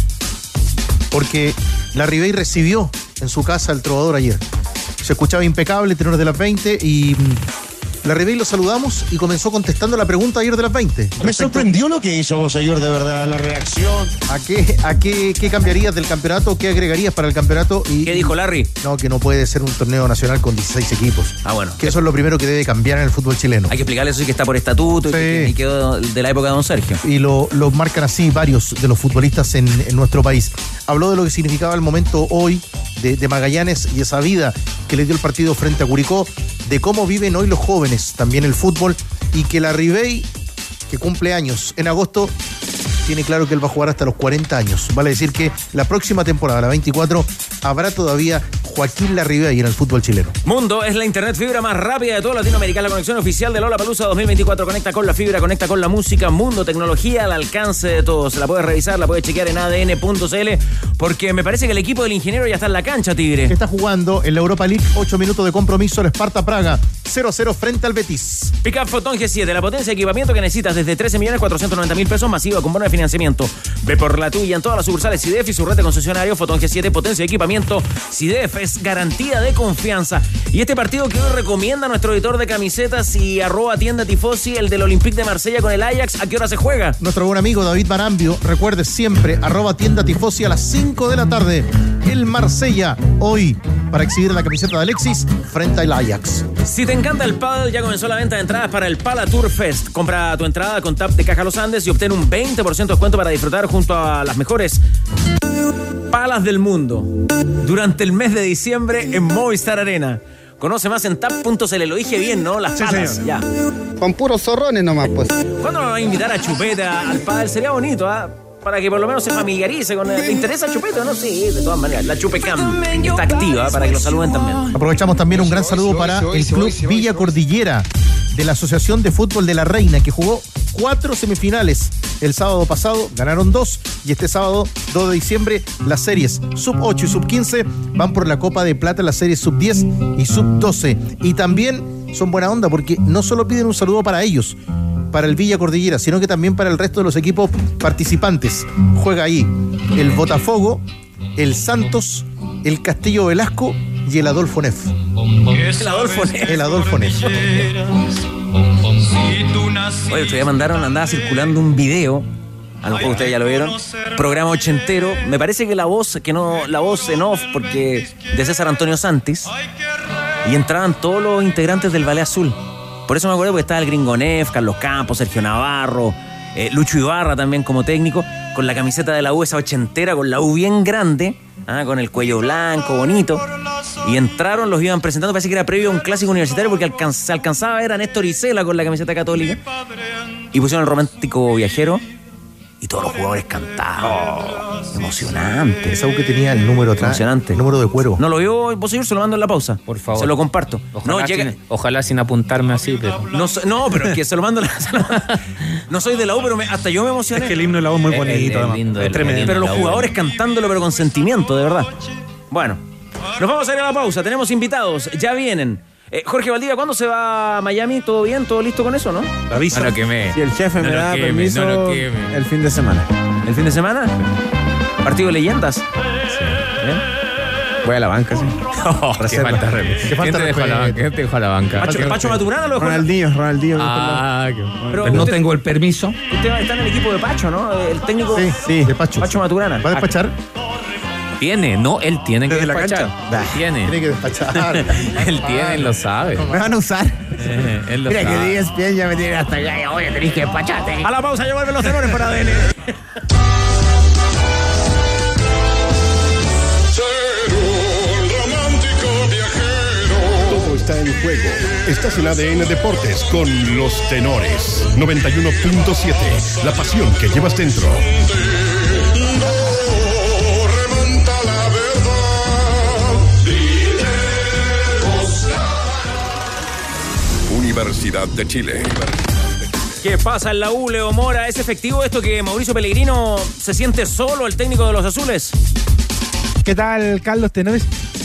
Porque la Ribey recibió en su casa al trovador ayer. Se escuchaba impecable, tenor de las veinte, y la Ribey lo saludamos y comenzó contestando la pregunta ayer de las veinte. Me sorprendió lo que hizo señor, de verdad, la reacción. ¿A qué, a qué, qué cambiarías del campeonato? ¿Qué agregarías para el campeonato? Y, ¿Qué dijo Larry? No, que no puede ser un torneo nacional con dieciséis equipos. Ah, bueno. Que eso es lo primero que debe cambiar en el fútbol chileno. Hay que explicarle eso, sí, que está por estatuto, sí. y, que, y quedó de la época de don Sergio. Y lo, lo marcan así varios de los futbolistas en, en nuestro país. Habló de lo que significaba el momento hoy de, de Magallanes y esa vida que le dio el partido frente a Curicó, de cómo viven hoy los jóvenes también el fútbol, y que la Ribey, que cumple años en agosto, tiene claro que él va a jugar hasta los cuarenta años. Vale decir que la próxima temporada, la veinticuatro, habrá todavía Joaquín Larribey en el fútbol chileno. Mundo es la internet fibra más rápida de toda Latinoamérica. La conexión oficial de Lollapalooza dos mil veinticuatro. Conecta con la fibra, conecta con la música. Mundo, tecnología al alcance de todos. La puedes revisar, la puedes chequear en A D N punto C L, porque me parece que el equipo del ingeniero ya está en la cancha, Tigre. Está jugando en la Europa League, ocho minutos de compromiso, el Sparta Praga, cero a cero frente al Betis. Pickup Photon G siete, la potencia de equipamiento que necesitas desde trece millones cuatrocientos noventa mil pesos, masiva con bono de financiamiento. Ve por la tuya en todas las sucursales C I D E F y su red de concesionario. Photon G siete, potencia de equipamiento. C I D E F es garantía de confianza. Y este partido que hoy recomienda nuestro editor de camisetas y arroba tienda tifosi, el del Olympique de Marsella con el Ajax, ¿a qué hora se juega? Nuestro buen amigo David Marambio, recuerde siempre, arroba tienda tifosi a las cinco de la tarde. El Marsella, hoy, para exhibir la camiseta de Alexis frente al Ajax. Si te encanta el pádel, ya comenzó la venta de entradas para el Pala Tour Fest. Compra tu entrada con Tap de Caja Los Andes y obtén un veinte por ciento de descuento para disfrutar junto a las mejores palas del mundo durante el mes de diciembre en Movistar Arena. Conoce más en tap punto c l. Lo dije bien, ¿no? Las Sí, palas, señor. ya. Con puros zorrones nomás, pues. ¿Cuándo me va a invitar a Chupete al pádel? Sería bonito, ¿ah? Para que por lo menos se familiarice con el... ¿Le interesa Chupete o no? Sí, de todas maneras. La Chupecam está activa, ¿eh? Para que lo saluden también. Aprovechamos también un gran saludo para el Club Villa Cordillera de la Asociación de Fútbol de La Reina, que jugó cuatro semifinales el sábado pasado, ganaron dos, y este sábado, dos de diciembre, las series sub ocho y sub quince van por la Copa de Plata, las series sub diez y sub doce. Y también son buena onda porque no solo piden un saludo para ellos, para el Villa Cordillera, sino que también para el resto de los equipos participantes. Juega ahí el Botafogo, el Santos, el Castillo Velasco y el Adolfo Neff. El Adolfo Neff. El Adolfo Neff. Oye, ustedes mandaron, andaba circulando un video, a lo mejor ustedes ya lo vieron, programa ochentero. Me parece que la voz, que no, la voz en off, porque de César Antonio Santis, y entraban todos los integrantes del Ballet Azul. Por eso me acuerdo, porque estaba el Gringo Neff, Carlos Campos, Sergio Navarro, eh, Lucho Ibarra también como técnico, con la camiseta de la U, esa ochentera, con la U bien grande, ah, con el cuello blanco, bonito. Y entraron, los iban presentando, parece que era previo a un clásico universitario, porque alcanz, se alcanzaba a ver a Néstor Isela con la camiseta católica. Y pusieron el Romántico Viajero, y todos los jugadores cantaban. Oh, emocionante. Esa U que tenía el número atrás. Emocionante. El número de cuero. No lo vio, vos señor, se lo mando en la pausa. Por favor. Se lo comparto. Ojalá, no, llega... sin, ojalá sin apuntarme así, pero... No, no, pero es que se lo mando... La... No soy de la U, pero me... hasta yo me emocioné. Es que el himno de la U es muy bonito. Es, es lindo, es tremendo. Pero los jugadores cantándolo, pero con sentimiento, de verdad. Bueno, nos vamos a ir a la pausa. Tenemos invitados. Ya vienen. Eh, Jorge Valdivia, ¿cuándo se va a Miami? ¿Todo bien? ¿Todo listo con eso, no? La visa. No lo quemé. Si el jefe No me lo da queme, permiso, no lo queme. el fin de semana. ¿El fin de semana? ¿Partido de leyendas? Sí. Voy a la banca, sí. Oh, qué falta de respeto. Qué falta ¿Quién te dejó a la banca? ¿Quién te dejó a la banca? ¿Pacho, Pacho Maturana lo dejó? Ronaldinho, Ronaldinho. Ah, qué bueno. Pero Pero no usted- tengo el permiso. Usted está en el equipo de Pacho, ¿no? El técnico Sí, sí, de Pacho. Pacho Maturana. ¿Va a despachar? Tiene, no, él tiene que Desde la despachar. cancha. Él tiene. Tiene que despachar. Él tiene, él lo sabe. Me van a usar. Eh, él lo Mira que sabe. diez pies ya me tienen hasta acá. Oye, tenés que despacharte. A la pausa, ya vuelven los tenores para A D N. Todo está en juego. Estás en A D N Deportes con los tenores. noventa y uno punto siete. La pasión que llevas dentro. Universidad de Chile. ¿Qué pasa en la U, Leo Mora? ¿Es efectivo esto que Mauricio Pellegrino se siente solo, el técnico de los azules? ¿Qué tal, Carlos Tenores?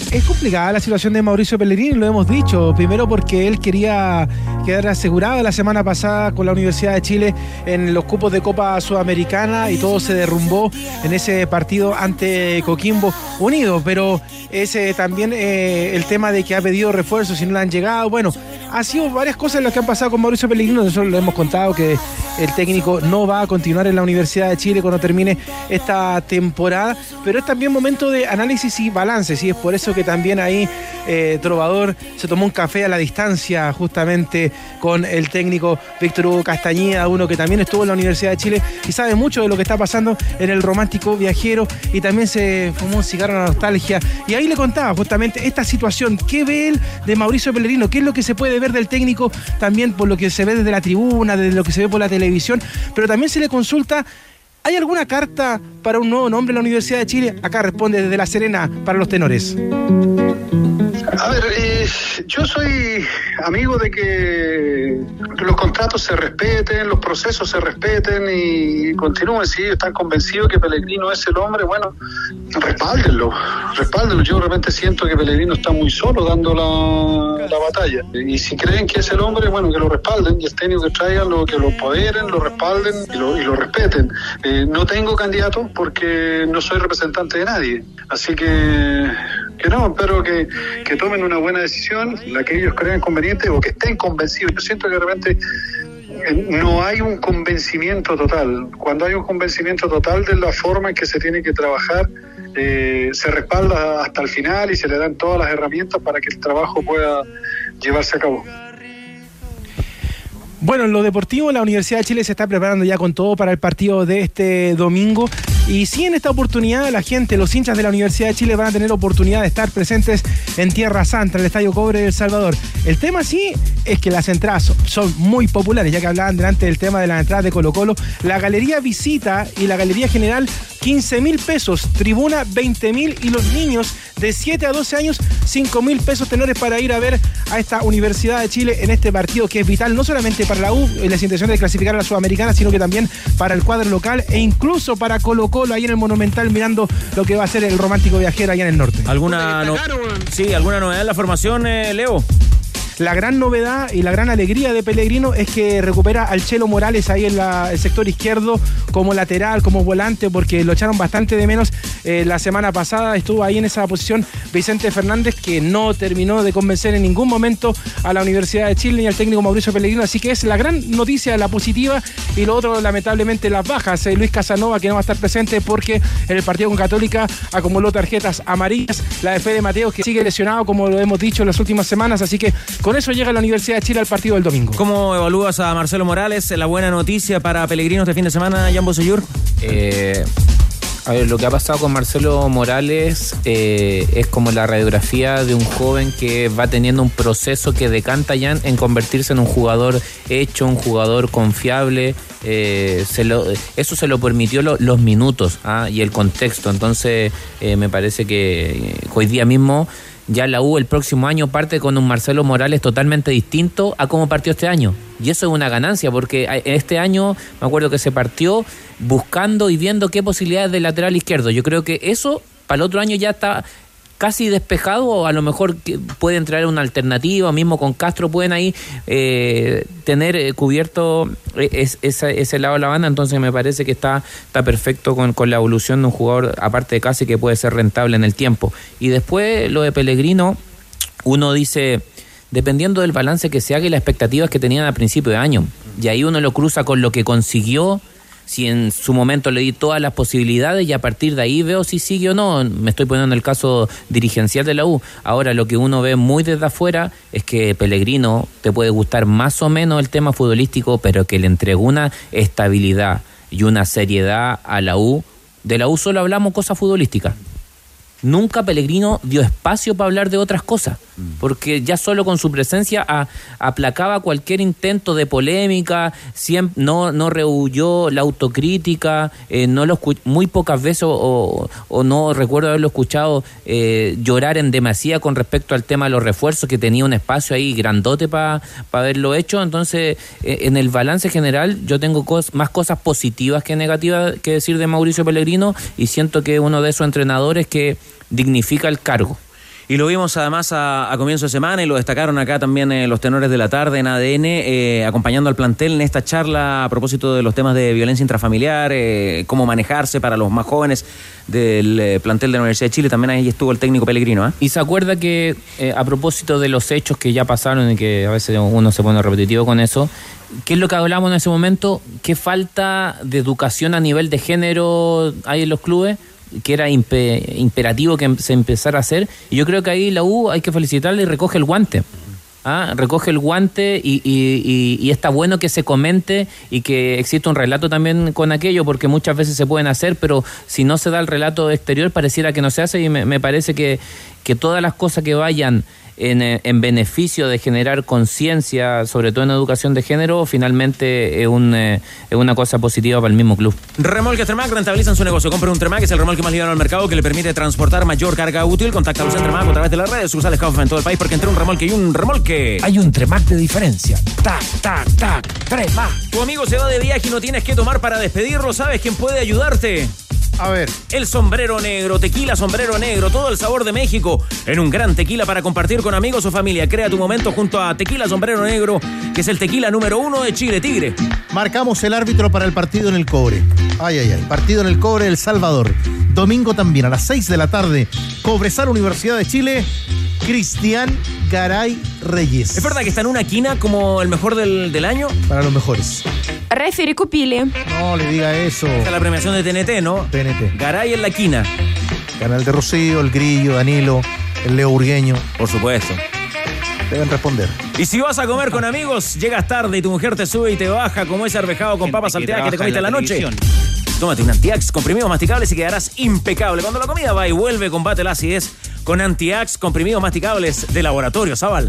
Es complicada la situación de Mauricio Pellegrini, lo hemos dicho. Primero porque él quería quedar asegurado la semana pasada con la Universidad de Chile en los cupos de Copa Sudamericana y todo se derrumbó en ese partido ante Coquimbo Unido. Pero ese también eh, el tema de que ha pedido refuerzos y no le han llegado. Bueno, ha sido varias cosas las que han pasado con Mauricio Pellegrini. Nosotros lo hemos contado que el técnico no va a continuar en la Universidad de Chile cuando termine esta temporada. Pero es también momento de análisis y balances, y es por eso que también ahí eh, Trovador se tomó un café a la distancia justamente con el técnico Víctor Hugo Castañeda, uno que también estuvo en la Universidad de Chile y sabe mucho de lo que está pasando en el romántico viajero, y también se fumó un cigarro a la nostalgia, y ahí le contaba justamente esta situación, qué ve él de Mauricio Pellegrino, qué es lo que se puede ver del técnico también por lo que se ve desde la tribuna, desde lo que se ve por la televisión, pero también se le consulta: ¿hay alguna carta para un nuevo nombre en la Universidad de Chile? Acá responde desde La Serena para los tenores. A ver, eh, yo soy amigo de que los contratos se respeten, los procesos se respeten y continúen. Si ellos están convencidos que Pellegrino es el hombre, bueno, respáldenlo, respáldenlo. Yo realmente siento que Pellegrino está muy solo dando la, la batalla. Y si creen que es el hombre, bueno, que lo respalden, y el técnico que traigan, lo, que lo empoderen, lo respalden y lo, y lo respeten. Eh, no tengo candidato porque no soy representante de nadie. Así que, que no, espero que, que tomen una buena decisión, la que ellos crean conveniente o que estén convencidos. Yo siento que de repente no hay un convencimiento total. Cuando hay un convencimiento total de la forma en que se tiene que trabajar, eh, se respalda hasta el final y se le dan todas las herramientas para que el trabajo pueda llevarse a cabo. Bueno, en lo deportivo, la Universidad de Chile se está preparando ya con todo para el partido de este domingo. Y sí, en esta oportunidad la gente, los hinchas de la Universidad de Chile van a tener oportunidad de estar presentes en Tierra Santa, en el Estadio Cobre de El Salvador. El tema sí es que las entradas son muy populares, ya que hablaban delante del tema de las entradas de Colo Colo. La galería visita y la galería general quince mil pesos, tribuna veinte mil y los niños de siete a doce años cinco mil pesos, tenores para ir a ver a esta Universidad de Chile en este partido que es vital no solamente para la U y las intenciones de clasificar a la Sudamericana, sino que también para el cuadro local e incluso para Colo Colo ahí en el Monumental mirando lo que va a ser el romántico viajero allá en el norte. ¿Alguna, no... sí, ¿alguna novedad en la formación, eh, Leo? La gran novedad y la gran alegría de Pellegrino es que recupera al Chelo Morales ahí en la, el sector izquierdo como lateral, como volante, porque lo echaron bastante de menos eh, la semana pasada. Estuvo ahí en esa posición Vicente Fernández, que no terminó de convencer en ningún momento a la Universidad de Chile ni al técnico Mauricio Pellegrino, así que es la gran noticia, la positiva, y lo otro lamentablemente las bajas. Eh, Luis Casanova, que no va a estar presente porque en el partido con Católica acumuló tarjetas amarillas, la de Fede Mateos, que sigue lesionado como lo hemos dicho en las últimas semanas, así que con eso llega la Universidad de Chile al partido del domingo. ¿Cómo evalúas a Marcelo Morales? La buena noticia para Pellegrino este fin de semana, Jan Bosellur. Eh, a ver, lo que ha pasado con Marcelo Morales eh, es como la radiografía de un joven que va teniendo un proceso que decanta ya en convertirse en un jugador hecho, un jugador confiable. Eh, se lo, eso se lo permitió lo, los minutos ¿ah? y el contexto. Entonces eh, me parece que eh, hoy día mismo ya la U el próximo año parte con un Marcelo Morales totalmente distinto a cómo partió este año. Y eso es una ganancia, porque este año me acuerdo que se partió buscando y viendo qué posibilidades de lateral izquierdo. Yo creo que eso para el otro año ya está casi despejado, o a lo mejor pueden traer una alternativa, mismo con Castro pueden ahí eh, tener eh, cubierto es, esa, ese lado de la banda. Entonces me parece que está, está perfecto con, con la evolución de un jugador, aparte de Casi, que puede ser rentable en el tiempo. Y después lo de Pellegrino, uno dice, dependiendo del balance que se haga y las expectativas que tenían a principio de año, y ahí uno lo cruza con lo que consiguió. Si en su momento le di todas las posibilidades y a partir de ahí veo si sigue o no. Me estoy poniendo en el caso dirigencial de la U. Ahora lo que uno ve muy desde afuera es que Pellegrino te puede gustar más o menos el tema futbolístico, pero que le entregó una estabilidad y una seriedad a la U. De la U solo hablamos cosas futbolísticas. Nunca Pellegrino dio espacio para hablar de otras cosas, porque ya solo con su presencia a, aplacaba cualquier intento de polémica, siempre, no, no rehuyó la autocrítica, eh, no lo escu- muy pocas veces o, o no recuerdo haberlo escuchado eh, llorar en demasía con respecto al tema de los refuerzos, que tenía un espacio ahí grandote para pa haberlo hecho. Entonces eh, en el balance general yo tengo cos- más cosas positivas que negativas que decir de Mauricio Pellegrino, y siento que es uno de esos entrenadores que dignifica el cargo. Y lo vimos además a, a comienzo de semana y lo destacaron acá también eh, los tenores de la tarde en A D N, eh, acompañando al plantel en esta charla a propósito de los temas de violencia intrafamiliar, eh, cómo manejarse para los más jóvenes del eh, plantel de la Universidad de Chile. También ahí estuvo el técnico Pellegrino. ¿eh? Y se acuerda que eh, a propósito de los hechos que ya pasaron y que a veces uno se pone repetitivo con eso, ¿qué es lo que hablamos en ese momento? ¿Qué falta de educación a nivel de género hay en los clubes? Que era impe, imperativo que se empezara a hacer, y yo creo que ahí la U hay que felicitarle y recoge el guante. ¿Ah? Recoge el guante y, y, y, y está bueno que se comente y que exista un relato también con aquello, porque muchas veces se pueden hacer, pero si no se da el relato exterior pareciera que no se hace, y me, me parece que, que todas las cosas que vayan En, en beneficio de generar conciencia, sobre todo en educación de género, finalmente es, un, eh, es una cosa positiva para el mismo club. Remolques Tremac rentabilizan su negocio. Compre un Tremac, es el remolque más liviano al mercado que le permite transportar mayor carga útil. Contáctalos en Tremac a través de las redes sociales Kaufman en todo el país, porque entre un remolque y un remolque hay un Tremac de diferencia. Tac, tac, tac, Tremac. Tu amigo se va de viaje y no tienes que tomar para despedirlo. ¿Sabes quién puede ayudarte? A ver. El Sombrero Negro, tequila Sombrero Negro, todo el sabor de México en un gran tequila para compartir con amigos o familia. Crea tu momento junto a Tequila Sombrero Negro, que es el tequila número uno de Chile, Tigre. Marcamos el árbitro para el partido en el Cobre. Ay, ay, ay. Partido en el Cobre, El Salvador. Domingo también a las seis de la tarde. Cobresal, Universidad de Chile. Cristian Garay Reyes. ¿Es verdad que está en una quina como el mejor del, del año? Para los mejores. Referi Cupile. No le diga eso. Esta es la premiación de T N T, ¿no? T N T. Garay en la quina. Canal de Rocío, el Grillo, Danilo, el Leo Urgueño. Por supuesto. Deben responder. Y si vas a comer con amigos, llegas tarde y tu mujer te sube y te baja como ese arvejado con papas salteadas que te comiste en la, la noche. Tómate un Antiax, comprimidos masticables y quedarás impecable. Cuando la comida va y vuelve, combate la acidez con Antiax, comprimidos masticables de Laboratorio Zaval.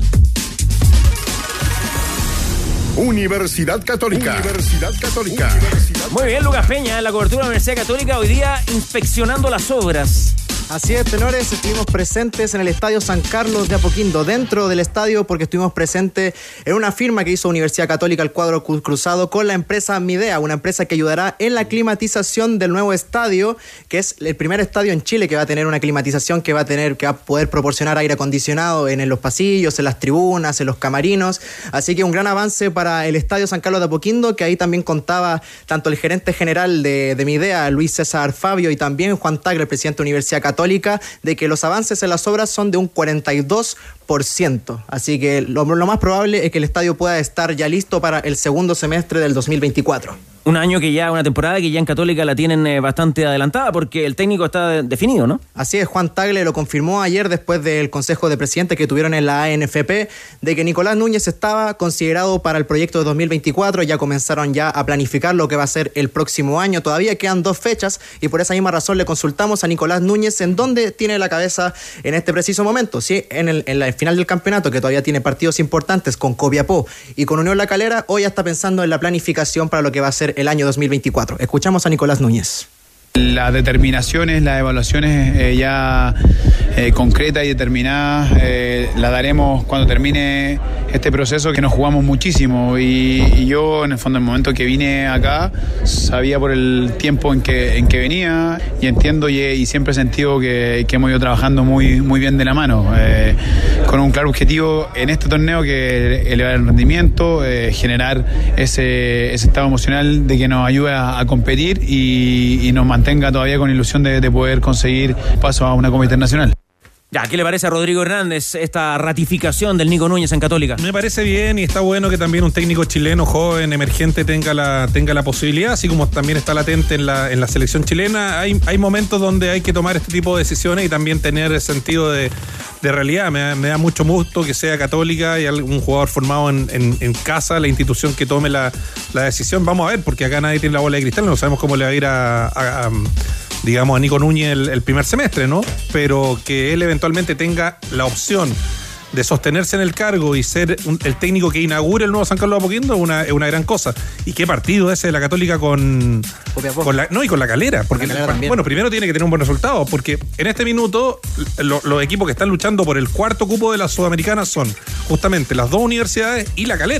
Universidad Católica. Universidad Católica. Universidad. Muy bien, Lucas Peña, en la cobertura de la Universidad Católica, hoy día inspeccionando las obras. Así es, tenores, estuvimos presentes en el Estadio San Carlos de Apoquindo, dentro del estadio, porque estuvimos presentes en una firma que hizo Universidad Católica, el cuadro cruzado, con la empresa Midea, una empresa que ayudará en la climatización del nuevo estadio, que es el primer estadio en Chile que va a tener una climatización, que va a tener, que va a poder proporcionar aire acondicionado en, en los pasillos, en las tribunas, en los camarinos. Así que un gran avance para el Estadio San Carlos de Apoquindo, que ahí también contaba tanto el gerente general de, de Midea, Luis César Fabio, y también Juan Tagle, el presidente de Universidad Católica, de que los avances en las obras son de un cuarenta y dos por ciento. Así que lo, lo más probable es que el estadio pueda estar ya listo para el segundo semestre del dos mil veinticuatro. Un año que ya, una temporada que ya en Católica la tienen eh, bastante adelantada, porque el técnico está de, definido, ¿no? Así es, Juan Tagle lo confirmó ayer después del Consejo de Presidentes que tuvieron en la A N F P, de que Nicolás Núñez estaba considerado para el proyecto de dos mil veinticuatro. Ya comenzaron ya a planificar lo que va a ser el próximo año. Todavía quedan dos fechas y por esa misma razón le consultamos a Nicolás Núñez en dónde tiene la cabeza en este preciso momento. Sí, en el, en la final del campeonato, que todavía tiene partidos importantes con Copiapó y con Unión La Calera, hoy ya está pensando en la planificación para lo que va a ser el año dos mil veinticuatro. Escuchamos a Nicolás Núñez. Las determinaciones, las evaluaciones eh, ya eh, concretas y determinadas eh, las daremos cuando termine este proceso, que nos jugamos muchísimo, y, y yo en el fondo en el momento que vine acá sabía por el tiempo en que, en que venía, y entiendo y, y siempre he sentido que, que hemos ido trabajando muy, muy bien de la mano, eh, con un claro objetivo en este torneo, que es elevar el rendimiento, eh, generar ese, ese estado emocional de que nos ayude a, a competir y, y nos mantenga tenga todavía con ilusión de, de poder conseguir paso a una Copa Internacional. Ya, ¿qué le parece a Rodrigo Hernández esta ratificación del Nico Núñez en Católica? Me parece bien, y está bueno que también un técnico chileno, joven, emergente, tenga la, tenga la posibilidad, así como también está latente en la, en la selección chilena. Hay, hay momentos donde hay que tomar este tipo de decisiones y también tener el sentido de, de realidad. Me da, me da mucho gusto que sea Católica y algún jugador formado en, en, en casa, la institución que tome la, la decisión. Vamos a ver, porque acá nadie tiene la bola de cristal, no sabemos cómo le va a ir a... a, a digamos, a Nico Núñez el, el primer semestre, ¿no? Pero que él eventualmente tenga la opción de sostenerse en el cargo y ser un, el técnico que inaugure el nuevo San Carlos de Apoquindo es una, es una gran cosa. ¿Y qué partido ese de la Católica con, con la, no, y con la Calera? Porque la Calera bueno, primero tiene que tener un buen resultado, porque en este minuto lo, los equipos que están luchando por el cuarto cupo de la Sudamericana son justamente las dos universidades y la Calera.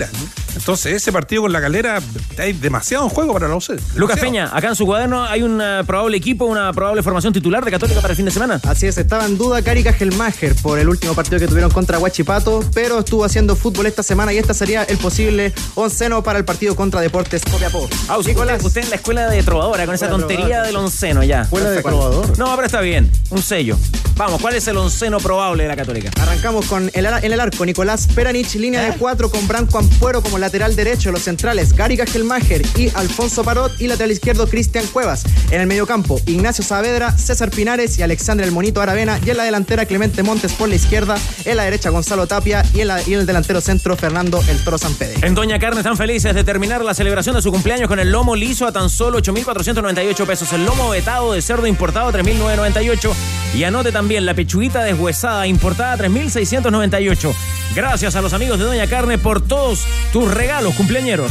Entonces, ese partido con La Calera, hay demasiado en juego para la U C. Lucas Peña, acá en su cuaderno hay un uh, probable equipo, una probable formación titular de Católica para el fin de semana. Así es, estaba en duda Cari Cajelmacher por el último partido que tuvieron contra Huachipato, pero estuvo haciendo fútbol esta semana y esta sería el posible onceno para el partido contra Deportes Copiapó. Ah, usted, Nicolás, usted en la escuela de trovadora con esa tontería del onceno ya. ¿Escuela de trovador? No, pero está bien, un sello. Vamos, ¿cuál es el onceno probable de la Católica? Arrancamos con el, en el arco, Nicolás Peranich, línea ¿Eh? de cuatro con Branco Ampuero como lateral derecho, los centrales Gary Cajelmacher y Alfonso Parot y lateral izquierdo Cristian Cuevas. En el mediocampo, Ignacio Saavedra, César Pinares y Alexandre el Monito Aravena, y en la delantera Clemente Montes por la izquierda, en la derecha Gonzalo Tapia y en, la, y en el delantero centro Fernando el Toro Sampedri. En Doña Carne están felices de terminar la celebración de su cumpleaños con el lomo liso a tan solo ocho mil cuatrocientos noventa y ocho pesos, el lomo vetado de cerdo importado a tres mil novecientos noventa y ocho y anote también la pechuguita deshuesada importada a tres mil seiscientos noventa y ocho. Gracias a los amigos de Doña Carne por todos tus regalos cumpleañeros.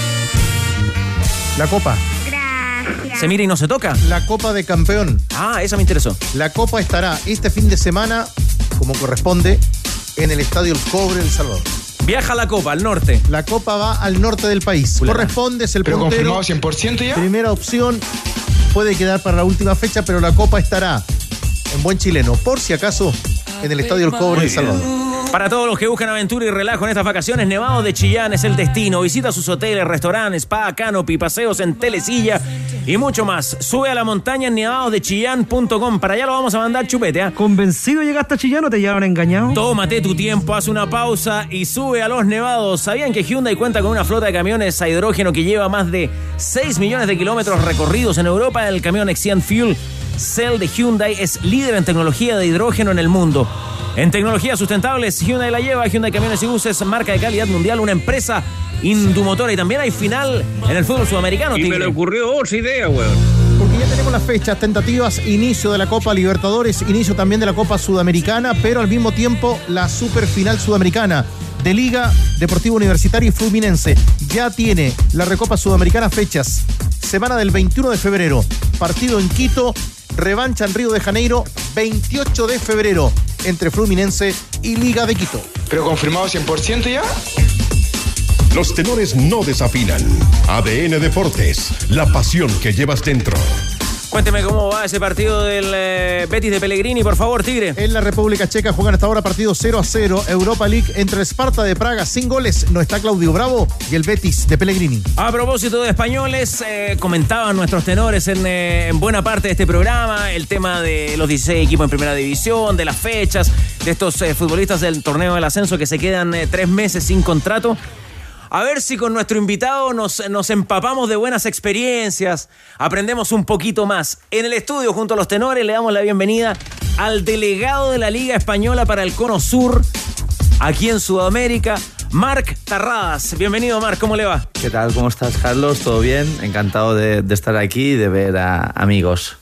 La copa. Gracias. ¿Se mira y no se toca? La Copa de Campeón. Ah, esa me interesó. La Copa estará este fin de semana, como corresponde, en el Estadio El Cobre de El Salvador. Viaja la Copa al norte. La Copa va al norte del país. Ulala. Corresponde, es el ¿Pero puntero. confirmado cien por ciento ya? Primera opción, puede quedar para la última fecha, pero la Copa estará en buen chileno, por si acaso, en el Estadio El Cobre de El Salvador. Para todos los que buscan aventura y relajo en estas vacaciones, Nevados de Chillán es el destino. Visita sus hoteles, restaurantes, spa, canopy, paseos en telecilla y mucho más. Sube a la montaña en nevados de chillán punto com. Para allá lo vamos a mandar chupete, ¿eh? ¿Convencido llegaste a Chillán o te llevaron engañado? Tómate tu tiempo, haz una pausa y sube a los nevados. ¿Sabían que Hyundai cuenta con una flota de camiones a hidrógeno que lleva más de seis millones de kilómetros recorridos en Europa? El camión Exient Fuel Cell de Hyundai es líder en tecnología de hidrógeno en el mundo. En tecnologías sustentables, Hyundai la lleva. Hyundai Camiones y Buses, marca de calidad mundial, una empresa indumotora. Y también hay final en el fútbol sudamericano. Y Tigre. me le ocurrió otra idea, weón. Porque ya tenemos las fechas tentativas, inicio de la Copa Libertadores, inicio también de la Copa Sudamericana, pero al mismo tiempo la superfinal sudamericana de Liga Deportiva Universitaria y Fluminense. Ya tiene la Recopa Sudamericana fechas. Semana del veintiuno de febrero, partido en Quito, revancha en Río de Janeiro, veintiocho de febrero, entre Fluminense y Liga de Quito. ¿Pero confirmado cien por ciento ya? Los tenores no desafinan. A D N Deportes, la pasión que llevas dentro. Cuénteme cómo va ese partido del eh, Betis de Pellegrini, por favor, Tigre. En la República Checa juegan hasta ahora partido cero a cero, Europa League entre Sparta de Praga sin goles. No está Claudio Bravo y el Betis de Pellegrini. A propósito de españoles, eh, comentaban nuestros tenores en, eh, en buena parte de este programa el tema de los dieciséis equipos en primera división, de las fechas, de estos eh, futbolistas del torneo del ascenso que se quedan eh, tres meses sin contrato. A ver si con nuestro invitado nos, nos empapamos de buenas experiencias, aprendemos un poquito más. En el estudio, junto a los tenores, le damos la bienvenida al delegado de la Liga Española para el Cono Sur, aquí en Sudamérica, Marc Tarradas. Bienvenido, Marc, ¿cómo le va? ¿Qué tal? ¿Cómo estás, Carlos? ¿Todo bien? Encantado de, de estar aquí y de ver a amigos.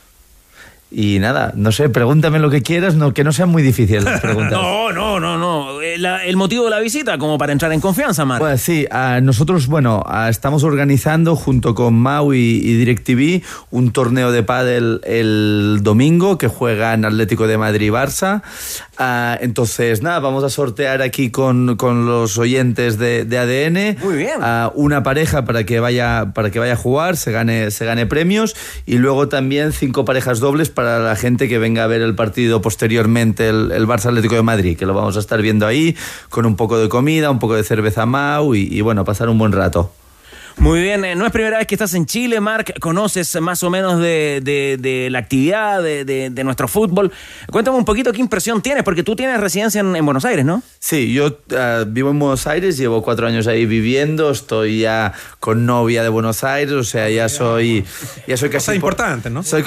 Y nada, no sé, pregúntame lo que quieras, no, que no sean muy difíciles las preguntas. No, no, no, no. La, el motivo de la visita, como para entrar en confianza, Marc. Pues sí, uh, nosotros, bueno, uh, estamos organizando junto con Mau y, y DirecTV un torneo de pádel el domingo que juegan Atlético de Madrid y Barça. Uh, entonces, nada, vamos a sortear aquí con, con los oyentes de, de A D N. Muy bien. Uh, una pareja para que vaya para que vaya a jugar, se gane, se gane premios, y luego también cinco parejas dobles para la gente que venga a ver el partido posteriormente, el, el Barça Atlético de Madrid, que lo vamos a estar viendo ahí, con un poco de comida, un poco de cerveza Mau y, y bueno, pasar un buen rato. Muy bien, no es primera vez que estás en Chile, Marc, conoces más o menos de, de, de la actividad, de, de, de nuestro fútbol. Cuéntame un poquito qué impresión tienes, porque tú tienes residencia en, en Buenos Aires, ¿no? Sí, yo uh, vivo en Buenos Aires, llevo cuatro años ahí viviendo, estoy ya con novia de Buenos Aires, o sea, ya soy... Ya soy casi Cosa importante, ¿no? Soy,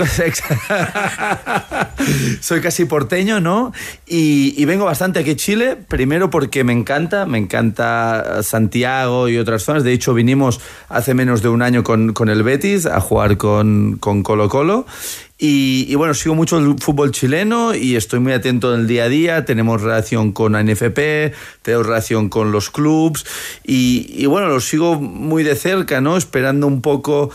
soy casi porteño, ¿no? Y, y vengo bastante aquí a Chile, primero porque me encanta, me encanta Santiago y otras zonas. De hecho, vinimos hace menos de un año con, con el Betis a jugar con, con Colo Colo Y, y bueno, sigo mucho el fútbol chileno y estoy muy atento en el día a día. Tenemos relación con la N F P, tenemos relación con los clubs y, y bueno, lo sigo muy de cerca, ¿no? Esperando un poco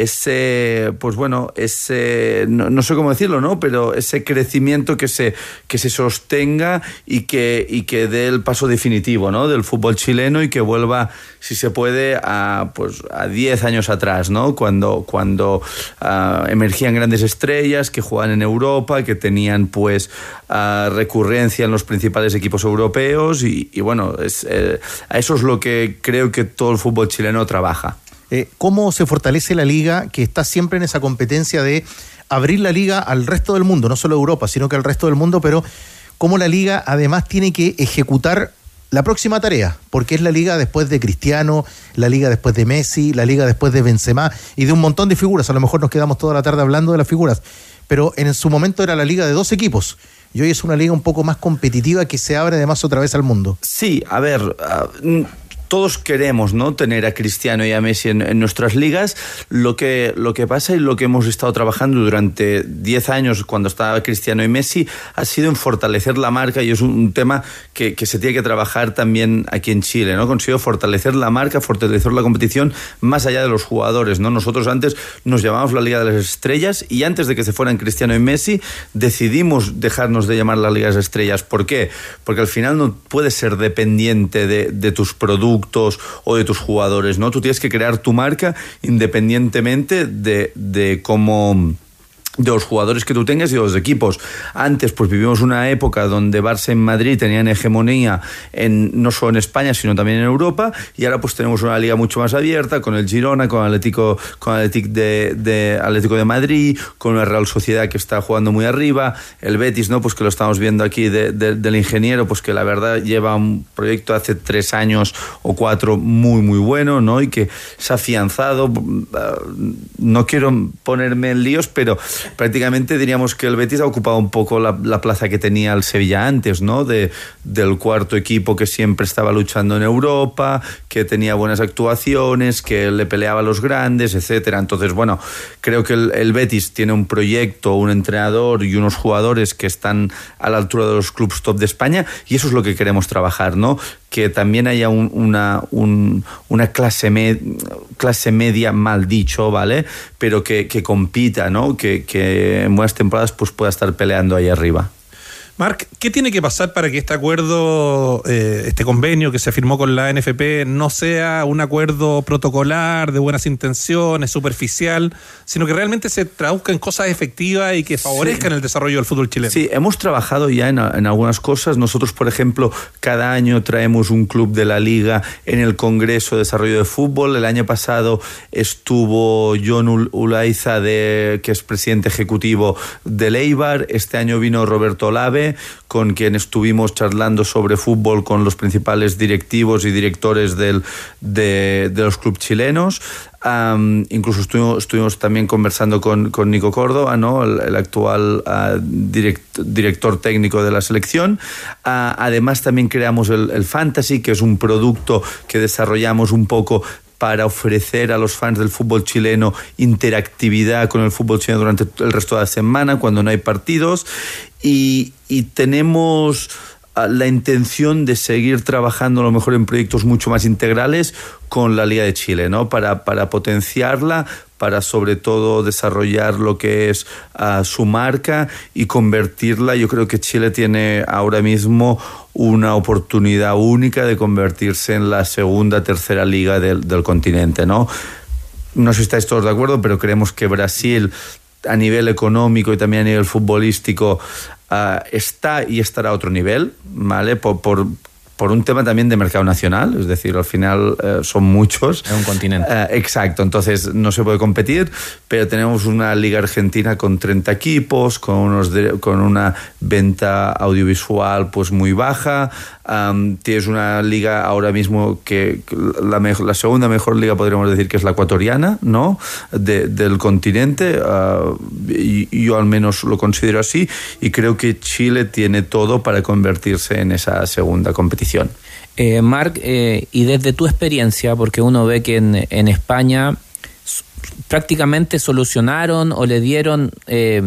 ese, pues bueno, ese, no, no sé cómo decirlo, ¿no? Pero ese crecimiento que se, que se sostenga y que, y que dé el paso definitivo, ¿no? Del fútbol chileno y que vuelva, si se puede, a, pues, a diez años atrás, ¿no? Cuando, cuando uh, emergían grandes estrellas que jugaban en Europa, que tenían pues uh, recurrencia en los principales equipos europeos y, y bueno, es, eh, a eso es lo que creo que todo el fútbol chileno trabaja. Eh, ¿Cómo se fortalece la liga que está siempre en esa competencia de abrir la liga al resto del mundo, no solo a Europa, sino que al resto del mundo, pero cómo la liga además tiene que ejecutar la próxima tarea, porque es la liga después de Cristiano, la liga después de Messi, la liga después de Benzema y de un montón de figuras? A lo mejor nos quedamos toda la tarde hablando de las figuras, pero en su momento era la liga de dos equipos y hoy es una liga un poco más competitiva que se abre además otra vez al mundo. Sí, a ver, uh, todos queremos, ¿no?, tener a Cristiano y a Messi en, en nuestras ligas. Lo que, lo que pasa y lo que hemos estado trabajando durante diez años cuando estaba Cristiano y Messi ha sido en fortalecer la marca y es un, un tema que, que se tiene que trabajar también aquí en Chile, ¿no? Consigo fortalecer la marca, fortalecer la competición más allá de los jugadores, ¿no? Nosotros antes nos llamábamos la Liga de las Estrellas y antes de que se fueran Cristiano y Messi decidimos dejarnos de llamar la Liga de las Estrellas. ¿Por qué? Porque al final no puedes ser dependiente de, de tus productos o de tus jugadores, ¿no? Tú tienes que crear tu marca independientemente de, de cómo... de los jugadores que tú tengas y de los equipos. Antes pues vivimos una época donde Barça y Madrid tenían hegemonía en, no solo en España sino también en Europa y ahora pues tenemos una liga mucho más abierta con el Girona, con Atlético, con Atlético de, de Atlético de Madrid, con la Real Sociedad que está jugando muy arriba, el Betis, ¿no? Pues que lo estamos viendo aquí de, de, del ingeniero, pues que la verdad lleva un proyecto hace tres años o cuatro muy muy bueno, ¿no? Y que se ha afianzado. No quiero ponerme en líos, pero prácticamente diríamos que el Betis ha ocupado un poco la, la plaza que tenía el Sevilla antes, ¿no? De, del cuarto equipo que siempre estaba luchando en Europa, que tenía buenas actuaciones, que le peleaba a los grandes, etcétera. Entonces, bueno, creo que el, el Betis tiene un proyecto, un entrenador y unos jugadores que están a la altura de los clubes top de España y eso es lo que queremos trabajar, ¿no? Que también haya un, una, un, una clase, med, clase media, mal dicho, ¿vale? Pero que, que compita, ¿no? Que, que en buenas temporadas pues pueda estar peleando ahí arriba. Marc, ¿qué tiene que pasar para que este acuerdo, eh, este convenio que se firmó con la N F P no sea un acuerdo protocolar, de buenas intenciones, superficial, sino que realmente se traduzca en cosas efectivas y que favorezcan sí. el desarrollo del fútbol chileno? Sí, hemos trabajado ya en, en algunas cosas. Nosotros, por ejemplo, cada año traemos un club de la Liga en el Congreso de Desarrollo de Fútbol. El año pasado estuvo John Ulaiza, de, que es presidente ejecutivo del Eibar. Este año vino Roberto Olave, con quien estuvimos charlando sobre fútbol con los principales directivos y directores del, de, de los clubes chilenos. Um, incluso estuvimos, estuvimos también conversando con, con Nico Córdoba, ¿no? el, el actual uh, direct, director técnico de la selección. Uh, además también creamos el, el Fantasy, que es un producto que desarrollamos un poco para ofrecer a los fans del fútbol chileno interactividad con el fútbol chileno durante el resto de la semana, cuando no hay partidos. Y, y tenemos la intención de seguir trabajando a lo mejor en proyectos mucho más integrales con la Liga de Chile, ¿no? Para, para potenciarla, para sobre todo desarrollar lo que es uh, su marca y convertirla. Yo creo que Chile tiene ahora mismo una oportunidad única de convertirse en la segunda, tercera liga del, del continente, ¿no? No sé si estáis todos de acuerdo, pero creemos que Brasil, a nivel económico y también a nivel futbolístico, uh, está y estará a otro nivel, ¿vale? Por, por, por un tema también de mercado nacional, es decir, al final eh, son muchos. Es un continente. Eh, exacto, entonces no se puede competir, pero tenemos una liga argentina con treinta equipos, con, unos de, con una venta audiovisual pues muy baja. Um, tienes una liga ahora mismo que la, mejor, la segunda mejor liga podríamos decir que es la ecuatoriana, ¿no? De, del continente, uh, y, y yo al menos lo considero así, y creo que Chile tiene todo para convertirse en esa segunda competición. Eh, Marc, eh, y desde tu experiencia, porque uno ve que en, en España prácticamente solucionaron o le dieron eh,